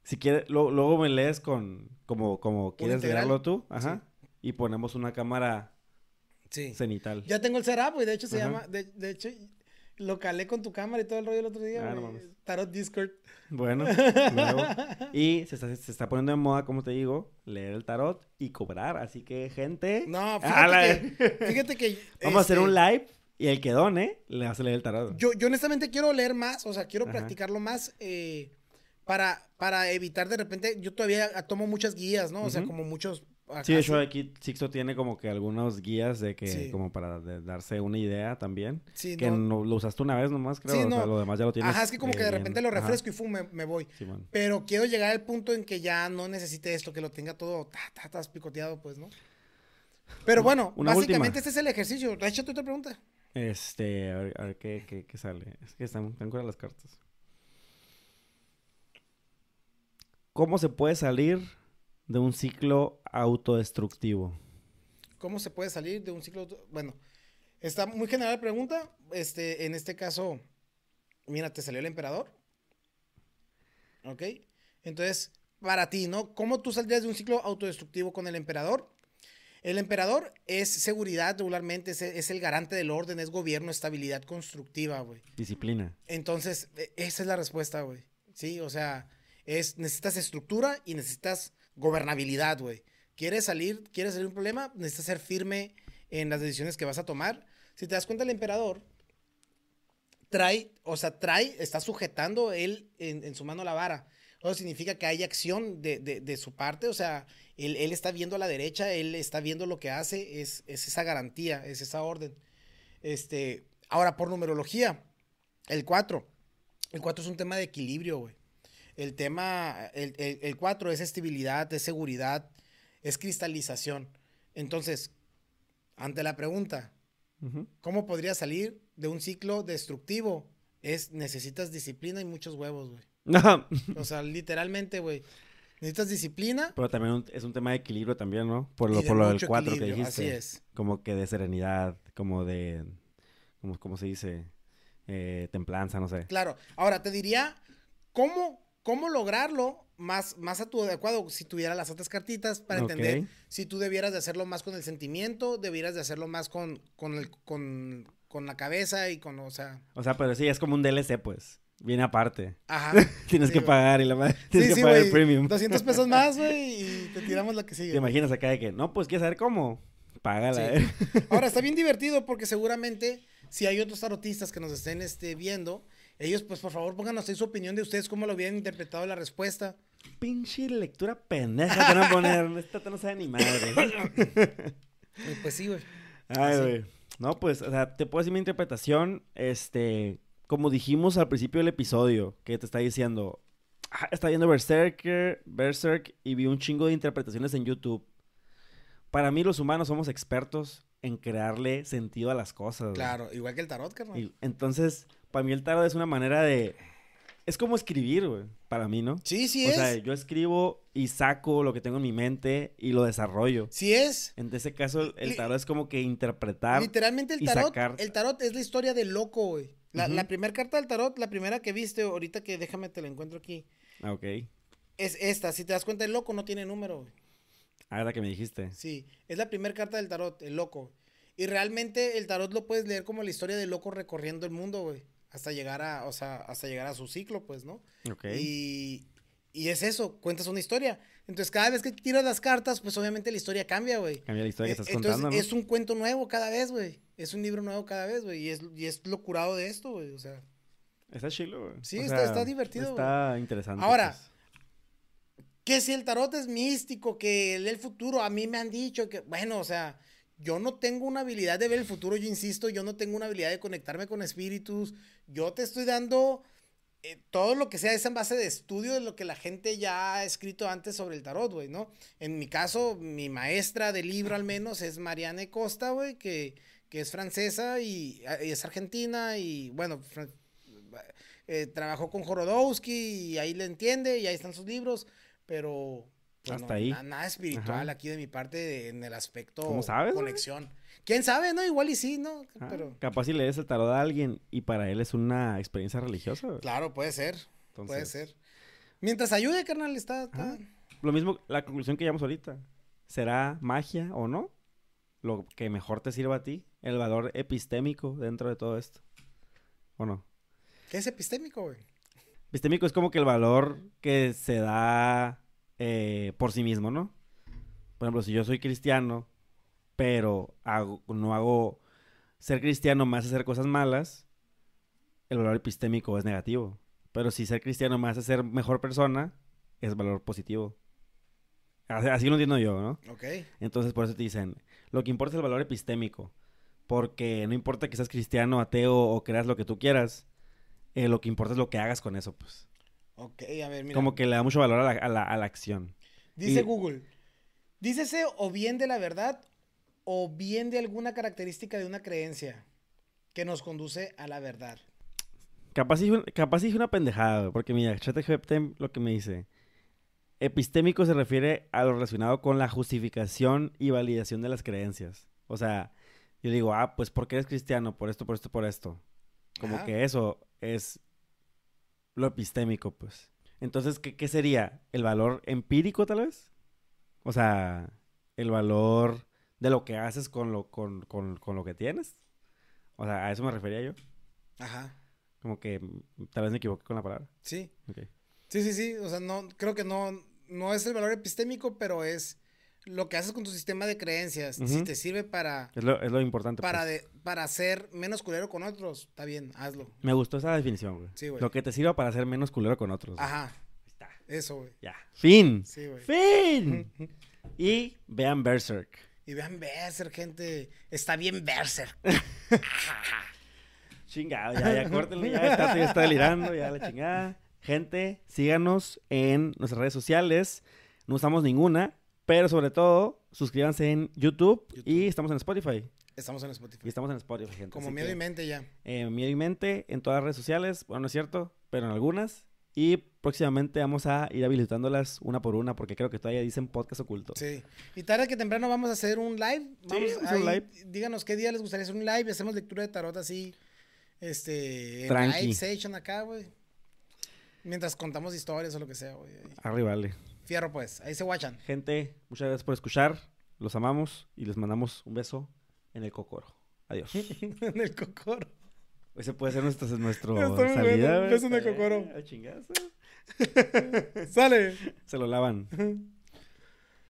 Si quieres, luego me lees como quieres integral. leerlo tú. Ajá. Sí. Y ponemos una cámara cenital. Ya tengo el setup, güey. De hecho, se Ajá. llama... De hecho, lo calé con tu cámara y todo el rollo el otro día, no güey. mames. Tarot Discord. Bueno, nuevo. Y se está poniendo de moda, como te digo, leer el tarot y cobrar. Así que, gente... No, fíjate que... Vamos a hacer un live y el que done le vas a leer el tarot. Yo honestamente quiero leer más, o sea, quiero practicarlo más para evitar de repente... Yo todavía tomo muchas guías, ¿no? O sea, como muchos... Sí, de hecho aquí Sixto tiene como que algunos guías de que Sí. como para darse una idea también. Sí, que no lo usaste una vez nomás, creo. Sí, O no. sea, lo demás ya lo tienes. Ajá, es que como que de repente lo refresco Ajá. y me voy. Sí, man. Pero quiero llegar al punto en que ya no necesite esto, que lo tenga todo picoteado, pues, ¿no? Pero bueno, Una básicamente última. este es el ejercicio. Échate otra pregunta. A ver qué sale. Es que están curas las cartas. ¿Cómo se puede salir de un ciclo autodestructivo? ¿Cómo se puede salir de un ciclo? Bueno, está muy general la pregunta. En este caso, mira, te salió el emperador. ¿Ok? Entonces, para ti, ¿no? ¿Cómo tú saldrías de un ciclo autodestructivo con el emperador? El emperador es seguridad regularmente, es el garante del orden, es gobierno, estabilidad constructiva, güey. Disciplina. Entonces, esa es la respuesta, güey. Sí, o sea, necesitas estructura y necesitas gobernabilidad, güey. ¿Quieres salir de un problema? Necesitas ser firme en las decisiones que vas a tomar. Si te das cuenta, el emperador está sujetando él en su mano la vara. Eso significa que hay acción de su parte, o sea, él está viendo a la derecha, él está viendo lo que hace, es esa garantía, es esa orden. Ahora, por numerología, el 4. El 4 es un tema de equilibrio, güey. El 4 es estabilidad, es seguridad, es cristalización. Entonces, ante la pregunta, ¿cómo podría salir de un ciclo destructivo? Necesitas disciplina y muchos huevos, güey. No. O sea, literalmente, güey. Necesitas disciplina. Pero también es un tema de equilibrio también, ¿no? Por lo del 4 que dijiste. Así es. Como que de serenidad, como de... ¿Cómo se dice? Templanza, no sé. Claro. Ahora, te diría, ¿cómo lograrlo más a tu adecuado si tuviera las otras cartitas para entender si tú debieras de hacerlo más con el sentimiento, debieras de hacerlo más con la cabeza y con, o sea... O sea, pero sí, es como un DLC, pues. Viene aparte. Ajá. Tienes que pagar y tienes que pagar el premium. 200 pesos más, güey, y te tiramos lo que sigue. ¿Te imaginas acá de que, no, pues, ¿quieres saber cómo? Págala, Sí. Ahora, está bien divertido porque seguramente si hay otros tarotistas que nos estén viendo, ellos, pues, por favor, pónganos ahí su opinión de ustedes, cómo lo habían interpretado la respuesta. Pinche lectura pendeja que van a poner. Esta no sabe ni madre. Pues sí, güey. Ay, güey. No, pues, o sea, te puedo decir mi interpretación, como dijimos al principio del episodio, que te está diciendo, está viendo Berserk y vi un chingo de interpretaciones en YouTube. Para mí los humanos somos expertos en crearle sentido a las cosas. Claro, igual que el tarot, carnal. Y entonces, para mí el tarot es una manera de... Es como escribir, güey, para mí, ¿no? Sí, sí es. O sea, yo escribo y saco lo que tengo en mi mente y lo desarrollo. Sí es. En ese caso, el tarot es como que interpretar. Literalmente el tarot es la historia del loco, güey. La primera carta del tarot, la primera que viste, ahorita que déjame te la encuentro aquí. Ah, ok. Es esta, si te das cuenta, el loco no tiene número, güey. Ah, la que me dijiste. Sí, es la primera carta del tarot, el loco. Y realmente el tarot lo puedes leer como la historia del loco recorriendo el mundo, güey. Hasta llegar a su ciclo, pues, ¿no? Ok. Y es eso, cuentas una historia. Entonces, cada vez que tiras las cartas, pues, obviamente la historia cambia, güey. Cambia la historia que estás entonces, contando, ¿no? Es un cuento nuevo cada vez, güey. Es un libro nuevo cada vez, güey. Y es lo curado de esto, güey. O sea. Está chilo, güey. Sí, está divertido, Está interesante. Ahora, pues. que si el tarot es místico, que lee el futuro, a mí me han dicho que, bueno, o sea... Yo no tengo una habilidad de ver el futuro, yo insisto, yo no tengo una habilidad de conectarme con espíritus. Yo te estoy dando todo lo que sea es en base de estudio de lo que la gente ya ha escrito antes sobre el tarot, güey, ¿no? En mi caso, mi maestra de libro al menos es Marianne Costa, güey, que es francesa y es argentina y, bueno, trabajó con Jorodowski y ahí le entiende y ahí están sus libros, pero... Pues hasta no, ahí. Nada espiritual aquí de mi parte en el aspecto ¿Cómo sabes, conexión. ¿Quién sabe, no? Igual y sí, ¿no? Pero... Capaz si lees el tarot a alguien y para él es una experiencia religiosa. Claro, puede ser. Entonces... Puede ser. Mientras ayude, carnal, está... Lo mismo, la conclusión que llegamos ahorita. ¿Será magia o no? Lo que mejor te sirva a ti. El valor epistémico dentro de todo esto. ¿O no? ¿Qué es epistémico, güey? Epistémico es como que el valor que se da por sí mismo, ¿no? Por ejemplo, si yo soy cristiano, pero no hago... Ser cristiano me hace hacer cosas malas, el valor epistémico es negativo. Pero si ser cristiano me hace ser mejor persona, es valor positivo. Así lo entiendo yo, ¿no? Ok. Entonces, por eso te dicen, lo que importa es el valor epistémico. Porque no importa que seas cristiano, ateo o creas lo que tú quieras, lo que importa es lo que hagas con eso, pues. Ok, a ver, mira. Como que le da mucho valor a la acción. Dice Google, dícese o bien de la verdad o bien de alguna característica de una creencia que nos conduce a la verdad. Capaz dije una pendejada, güey, porque mira, ChatGPT lo que me dice, epistémico se refiere a lo relacionado con la justificación y validación de las creencias. O sea, yo digo, pues porque eres cristiano, por esto, por esto, por esto. Como Ajá. que eso es lo epistémico, pues. Entonces, ¿qué sería? ¿El valor empírico, tal vez? O sea, el valor de lo que haces con lo que tienes. O sea, a eso me refería yo. Ajá. Como que tal vez me equivoqué con la palabra. Sí. Okay. Sí. O sea, no, creo que no es el valor epistémico, pero es lo que haces con tu sistema de creencias. Ujú. Si te sirve para, Es lo importante. Pues. para ser menos culero con otros, está bien, hazlo. Me gustó esa definición, güey. Sí, güey. Lo que te sirva para ser menos culero con otros. Güey. Ajá. Ahí está. Eso, güey. Ya. Fin. Sí, güey. Fin. Y vean Berserk. Y vean Berserk, gente. Está bien Berserk. Chingado, ya córtenle, ya está delirando, ya la chingada. Gente, síganos en nuestras redes sociales. No usamos ninguna, pero sobre todo, suscríbanse en YouTube. Y estamos en Spotify. Estamos en Spotify. Y estamos en Spotify, gente. Como así Miedo que, y Mente ya. Miedo y Mente en todas las redes sociales. Bueno, no es cierto, pero en algunas. Y próximamente vamos a ir habilitándolas una por una porque creo que todavía dicen podcast oculto. Sí. Y tarde que temprano vamos a hacer un live. Vamos a hacer un live. Díganos qué día les gustaría hacer un live. Hacemos lectura de tarot así. En Tranqui. live session acá, güey. Mientras contamos historias o lo que sea, güey. Arriba, vale. Fierro, pues. Ahí se guachan. Gente, muchas gracias por escuchar. Los amamos y les mandamos un beso en el cocoro. Adiós. En el cocoro. Ese puede ser nuestro Está muy salida, bueno, güey. beso en el cocoro. A chingazo. Sale. Se lo lavan.